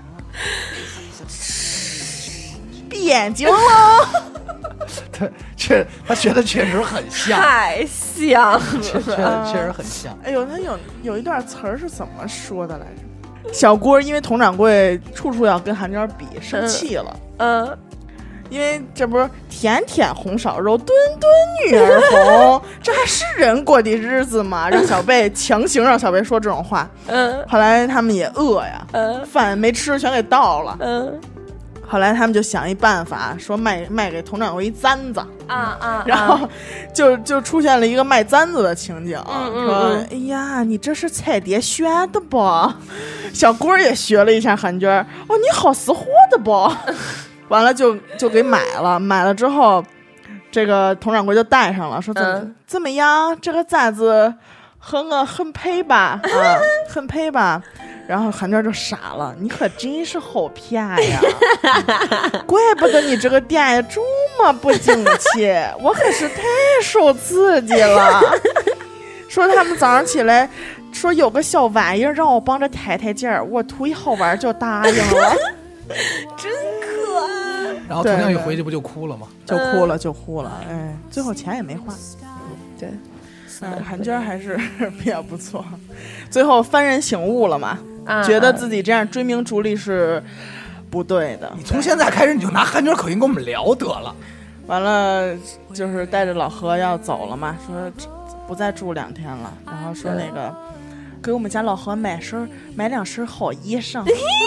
闭眼睛了。 对，他学的确实很像， 太像了， 确实很像。 哎呦，他有一段词儿是怎么说的来着？小郭因为佟掌柜处处要跟韩娟比，生气了。因为这不是天天红烧肉，顿顿女儿红，这还是人过的日子吗？让小贝强行让小贝说这种话。后来他们也饿呀，饭没吃全给倒了。后来他们就想一办法，说卖给佟掌柜一簪子然后就出现了一个卖簪子的情景。说哎呀，你这是彩蝶选的不？小郭也学了一下韩娟，哦，你好识货的不？完了就给买了之后，这个佟掌柜就戴上了，说怎么样？这个簪子和我很配吧？很配吧？然后韩娟就傻了，你可真是好骗呀！怪不得你这个店呀这么不景气，我可是太受刺激了。说他们早上起来说有个小玩意儿让我帮着抬劲儿，我图一好玩就答应了。 真可爱。 然后佟湘玉回去不就哭了吗？ 就哭了，哎，最后钱也没花。 对。 韩娟还是比较不错，最后幡然醒悟了嘛，觉得自己这样追名逐利是不对的。 你从现在开始你就拿韩娟口音跟我们聊得了。 完了就是带着老何要走了嘛，说不再住2天了，然后说那个给我们家老何买2身好衣裳。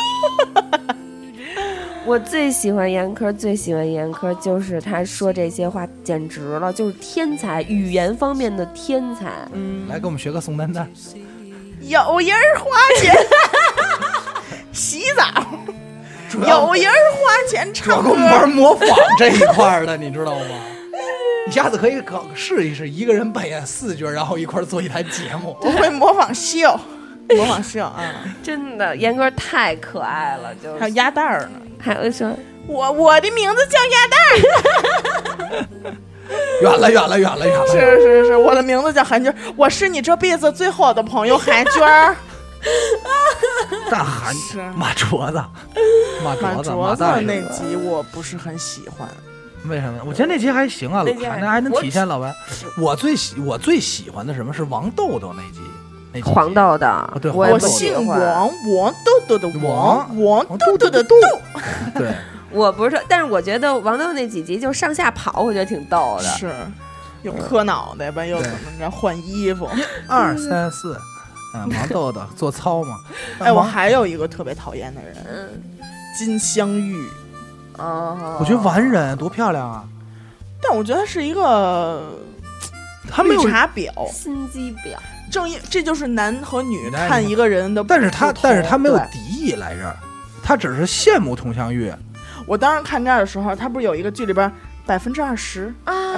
我最喜欢严科就是他说这些话简直了，就是天才，语言方面的天才。 来给我们学个宋丹丹。 有人花钱洗澡，有人花钱唱歌。 主要跟我们玩模仿这一块的，你知道吗？你下次可以试一试，一个人扮演4角，然后一块做一台节目。 我会模仿秀啊！ 真的，严哥太可爱了，就是还有鸭蛋呢， 还有说我的名字叫鸭蛋。 远了。 是，我的名字叫韩娟，我是你这辈子最好的朋友韩娟。 但马镯子那集我不是很喜欢。 为什么？我觉得那集还行啊，那还能体现老白。我最喜欢的什么是王豆豆那集。 黄豆豆， 对， 我姓王豆豆的王豆豆的豆。 对， 我不是，但是我觉得王豆那几集就上下跑，我觉得挺逗的。 是，又磕脑袋吧，又怎么着换衣服 ，1、2、3、4，王豆豆做操嘛。 哎，我还有一个特别讨厌的人，金镶玉。 我觉得完人多漂亮啊！ 但我觉得是一个他没有绿茶婊、 心机婊。 这就是男和女看一个人的不同。 但是他没有敌意来这儿，他只是羡慕佟湘玉。 我当时看这儿的时候，他不是有一个剧里边20%啊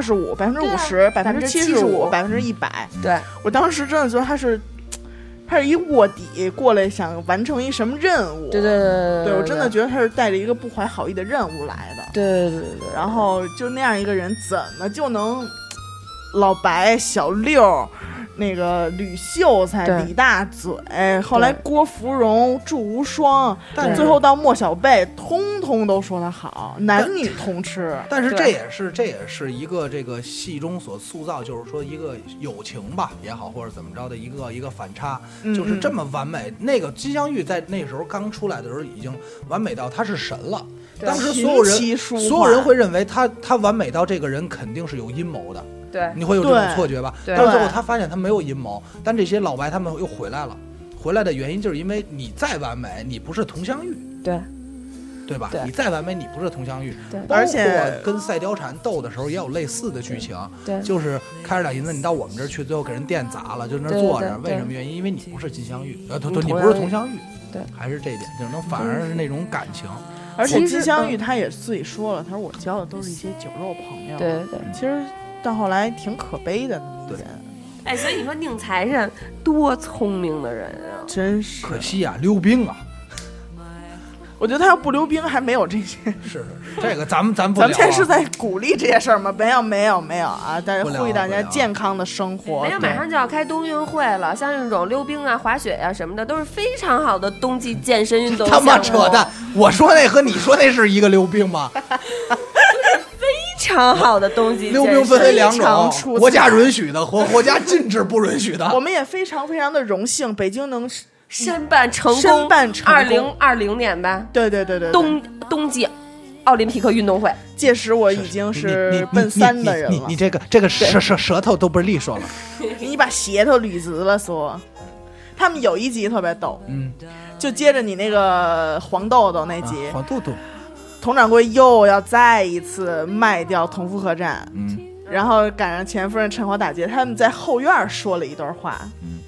，25%、50%、75%、100%。 对， 我当时真的觉得他是一卧底过来想完成一什么任务。 对， 我真的觉得他是带着一个不怀好意的任务来的。 对。 然后就那样一个人，怎么就能老白、小六？那个吕秀才、李大嘴，后来郭芙蓉、祝无双，最后到莫小贝，通通都说他好，男女通吃。 但是这也是一个这个戏中所塑造，就是说一个友情吧也好，或者怎么着的一个反差，就是这么完美。那个金镶玉在那时候刚出来的时候已经完美到他是神了，当时所有人会认为他完美到这个人肯定是有阴谋的。 对， 你会有这种错觉吧？到最后他发现他没有阴谋，但这些老白他们又回来了。回来的原因就是因为你再完美，你不是佟湘玉，对吧？你再完美，你不是佟湘玉。 对， 而且跟赛貂蝉斗的时候也有类似的剧情，就是开着俩银子，你到我们这儿去，最后给人店砸了，就那坐着。为什么原因？因为你不是金镶玉，你不是佟湘玉， 对， 还是这一点，就能反而是那种感情。 而且金镶玉他也自己说了，他说我交的都是一些酒肉朋友。 对， 其实。到后来挺可悲的那么一人， 所以你说宁财神多聪明的人啊， 真是可惜啊，溜冰啊。 我觉得他要不溜冰还没有这些。 是这个咱们不聊、啊。 咱们现在是在鼓励这些事儿吗？没有啊！但是呼吁大家健康的生活。 没有，马上就要开冬运会了，像这种溜冰啊、滑雪啊什么的，都是非常好的冬季健身运动项目。 他妈扯淡！我说那和你说那是一个溜冰吗？ 非常好的冬季溜冰分为两种，国家允许的和国家禁止不允许的。 我们也非常非常的荣幸，北京能申办成功。2020年吧， 对， 冬季奥林匹克运动会。 届时我已经是奔3的人了。 你这个舌头都不是利索了， 你把鞋头捋直了说。他们有一集特别逗，就接着你那个黄豆豆那集， 黄豆豆。 佟掌柜又要再一次卖掉同福客栈，然后赶上钱夫人趁火打劫，他们在后院说了一段话，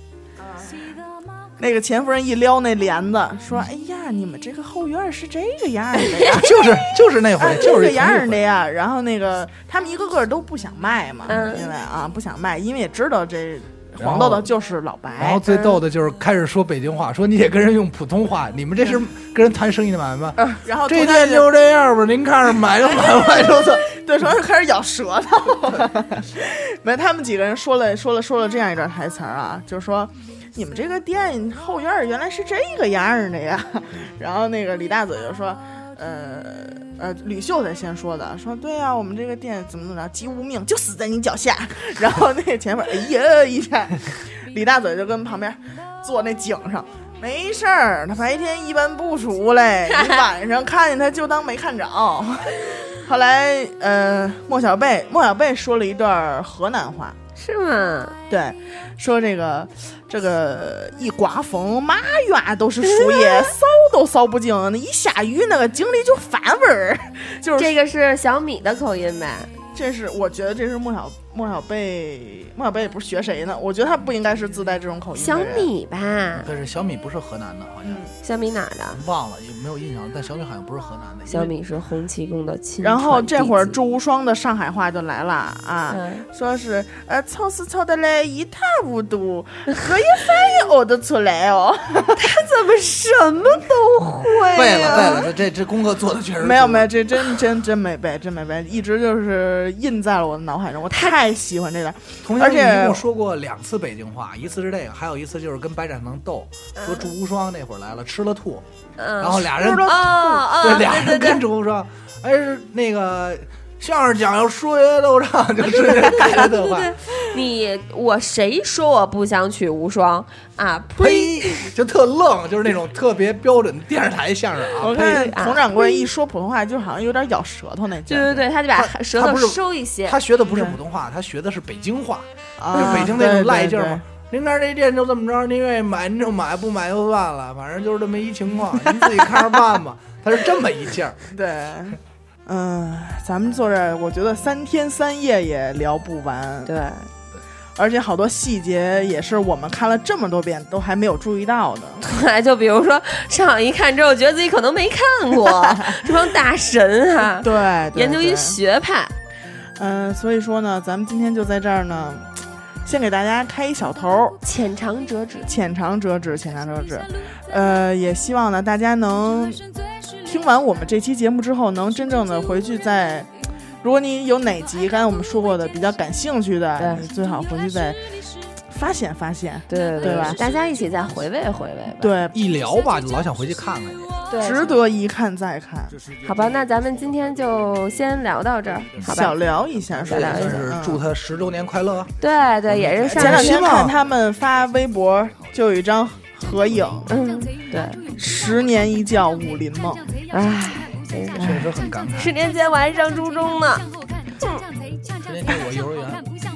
那个钱夫人一撩那帘子说：“哎呀，你们这个后院是这个样的呀， 就是那回，就是这个样的呀。”然后那个他们一个个都不想卖嘛，因为不想卖，因为也知道这。黄豆豆就是老白， 然后最逗的就是开始说北京话，说你得跟人用普通话，你们这是跟人谈生意的买卖吗？ 然后这店就这样吧，您看着买就买，卖就走。 对，然后就开始咬舌头。没，他们几个人说了这样一段台词啊，就是说你们这个店后院原来是这个样的呀。然后那个李大嘴就说，吕秀才先说的，说对啊，我们这个店怎么着，姬无命就死在你脚下。然后那个前面，哎呀一下，李大嘴就跟旁边坐那井上，没事儿，他白天一般不出来，你晚上看见他就当没看着。后来莫小贝说了一段河南话， 是吗？ 对，说这个一刮风，马院都是树叶，扫都扫不净。那一下雨，那个井里就反味儿。就是这个是小米的口音吧？ 我觉得这是莫小贝也不是学谁呢？我觉得他不应该是自带这种口音的人。 小米吧？ 但是小米不是河南的，好像。 小米哪儿的？ 忘了，也没有印象。但小米好像不是河南的。 小米是洪七公的亲。 然后这会儿祝无双的上海话就来了啊，说是凑是凑的嘞一塌糊涂，何也翻也呕得出来哦。 他怎么什么都会啊？ 背了，这功课做的确实没有，这真没背，一直就是印在了我的脑海中。我太喜欢这个， 而且一共说过2次北京话，一次是这个，还有一次就是跟白展能斗，说祝无双那会儿来了吃了吐，然后俩人俩人跟祝无双，是那个相声讲究说学逗唱，就直接改了的话。 我谁说我不想娶无双啊？呸！ 就特愣，就是那种特别标准的电视台相声啊。 我看佟掌柜一说普通话，就好像有点咬舌头那劲。 对，他就把舌头收一些。 他学的不是普通话，他学的是北京话，就北京那种赖劲儿嘛。您这儿这店就这么着，您愿意买您就买，不买就算了，反正就是这么一情况，您自己看着办吧。 他是这么一劲儿。 对，咱们坐这儿，我觉得3天3夜也聊不完。 对， 而且好多细节也是我们看了这么多遍都还没有注意到的。 对，就比如说上网一看之后，觉得自己可能没看过这帮大神啊， 对， 研究一学派。 所以说呢，咱们今天就在这儿呢，先给大家开一小头， 浅尝辄止。 也希望呢大家能听完我们这期节目之后，能真正的回去再，如果你有哪集刚才我们说过的比较感兴趣的，你最好回去再发现，对吧？ 大家一起再回味回味。 对， 一聊吧，就老想回去看看去。 对， 值得一看再看。 好吧，那咱们今天就先聊到这儿，好吧？ 小聊一下， 是祝他10周年快乐。 对，也是上前2天看他们发微博，就有一张合影。 对 ，10年一觉武林梦， 唉， 确实很感慨。 10年前我还上初中呢 10年前我幼儿园。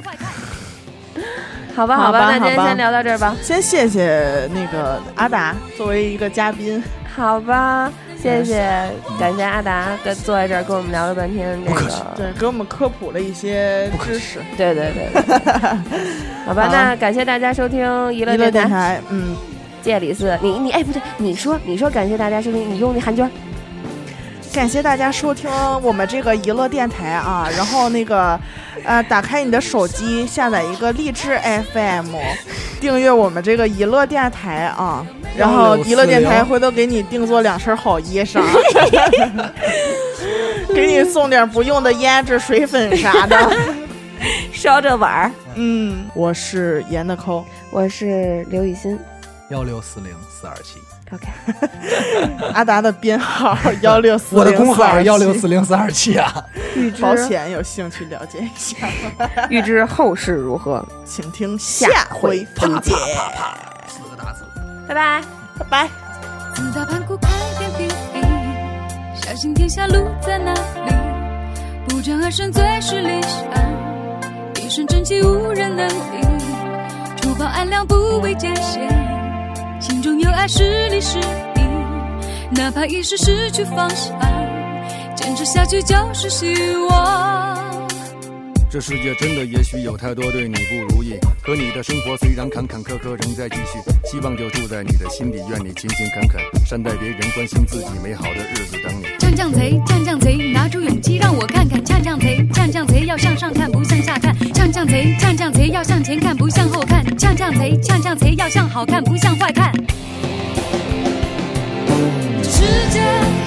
好吧，那今天先聊到这儿吧。 先谢谢那个阿达作为一个嘉宾。 好吧，谢谢，感谢阿达坐在这儿跟我们聊了半天这个， 对，给我们科普了一些知识。 对。好吧，那感谢大家收听娱乐电台。谢谢李四，你哎不对，你说感谢大家收听，你用那韩娟。 感谢大家收听我们这个娱乐电台啊，然后那个打开你的手机，下载一个荔枝 FM， 订阅我们这个娱乐电台啊，然后娱乐电台回头给你定做2身好衣裳，给你送点不用的胭脂水粉啥的， 烧着碗儿。 我是严的抠， 我是刘雨欣 1640427。 OK， 阿达的编号1640427， 我的工号1640427啊。 保险有兴趣了解一下。 预知后事如何， 请听下回分解。 4个大字。 拜拜。 自大盘古开天辟地，小心天下路在哪里？不战而胜最是理想，一身正气无人能敌。除暴安良不畏艰险，心中有爱是理是义，哪怕一时失去方向，坚持下去就是希望。 这世界真的也许有太多对你不如意，可你的生活虽然坎坎坷坷仍在继续，希望就住在你的心里，愿你勤勤恳恳，善待别人，关心自己，美好的日子等你。 呛呛贼，拿出勇气让我看看，呛呛贼要向上看不向下看，呛呛贼要向前看不向后看，呛呛贼要向好看不向坏看。世界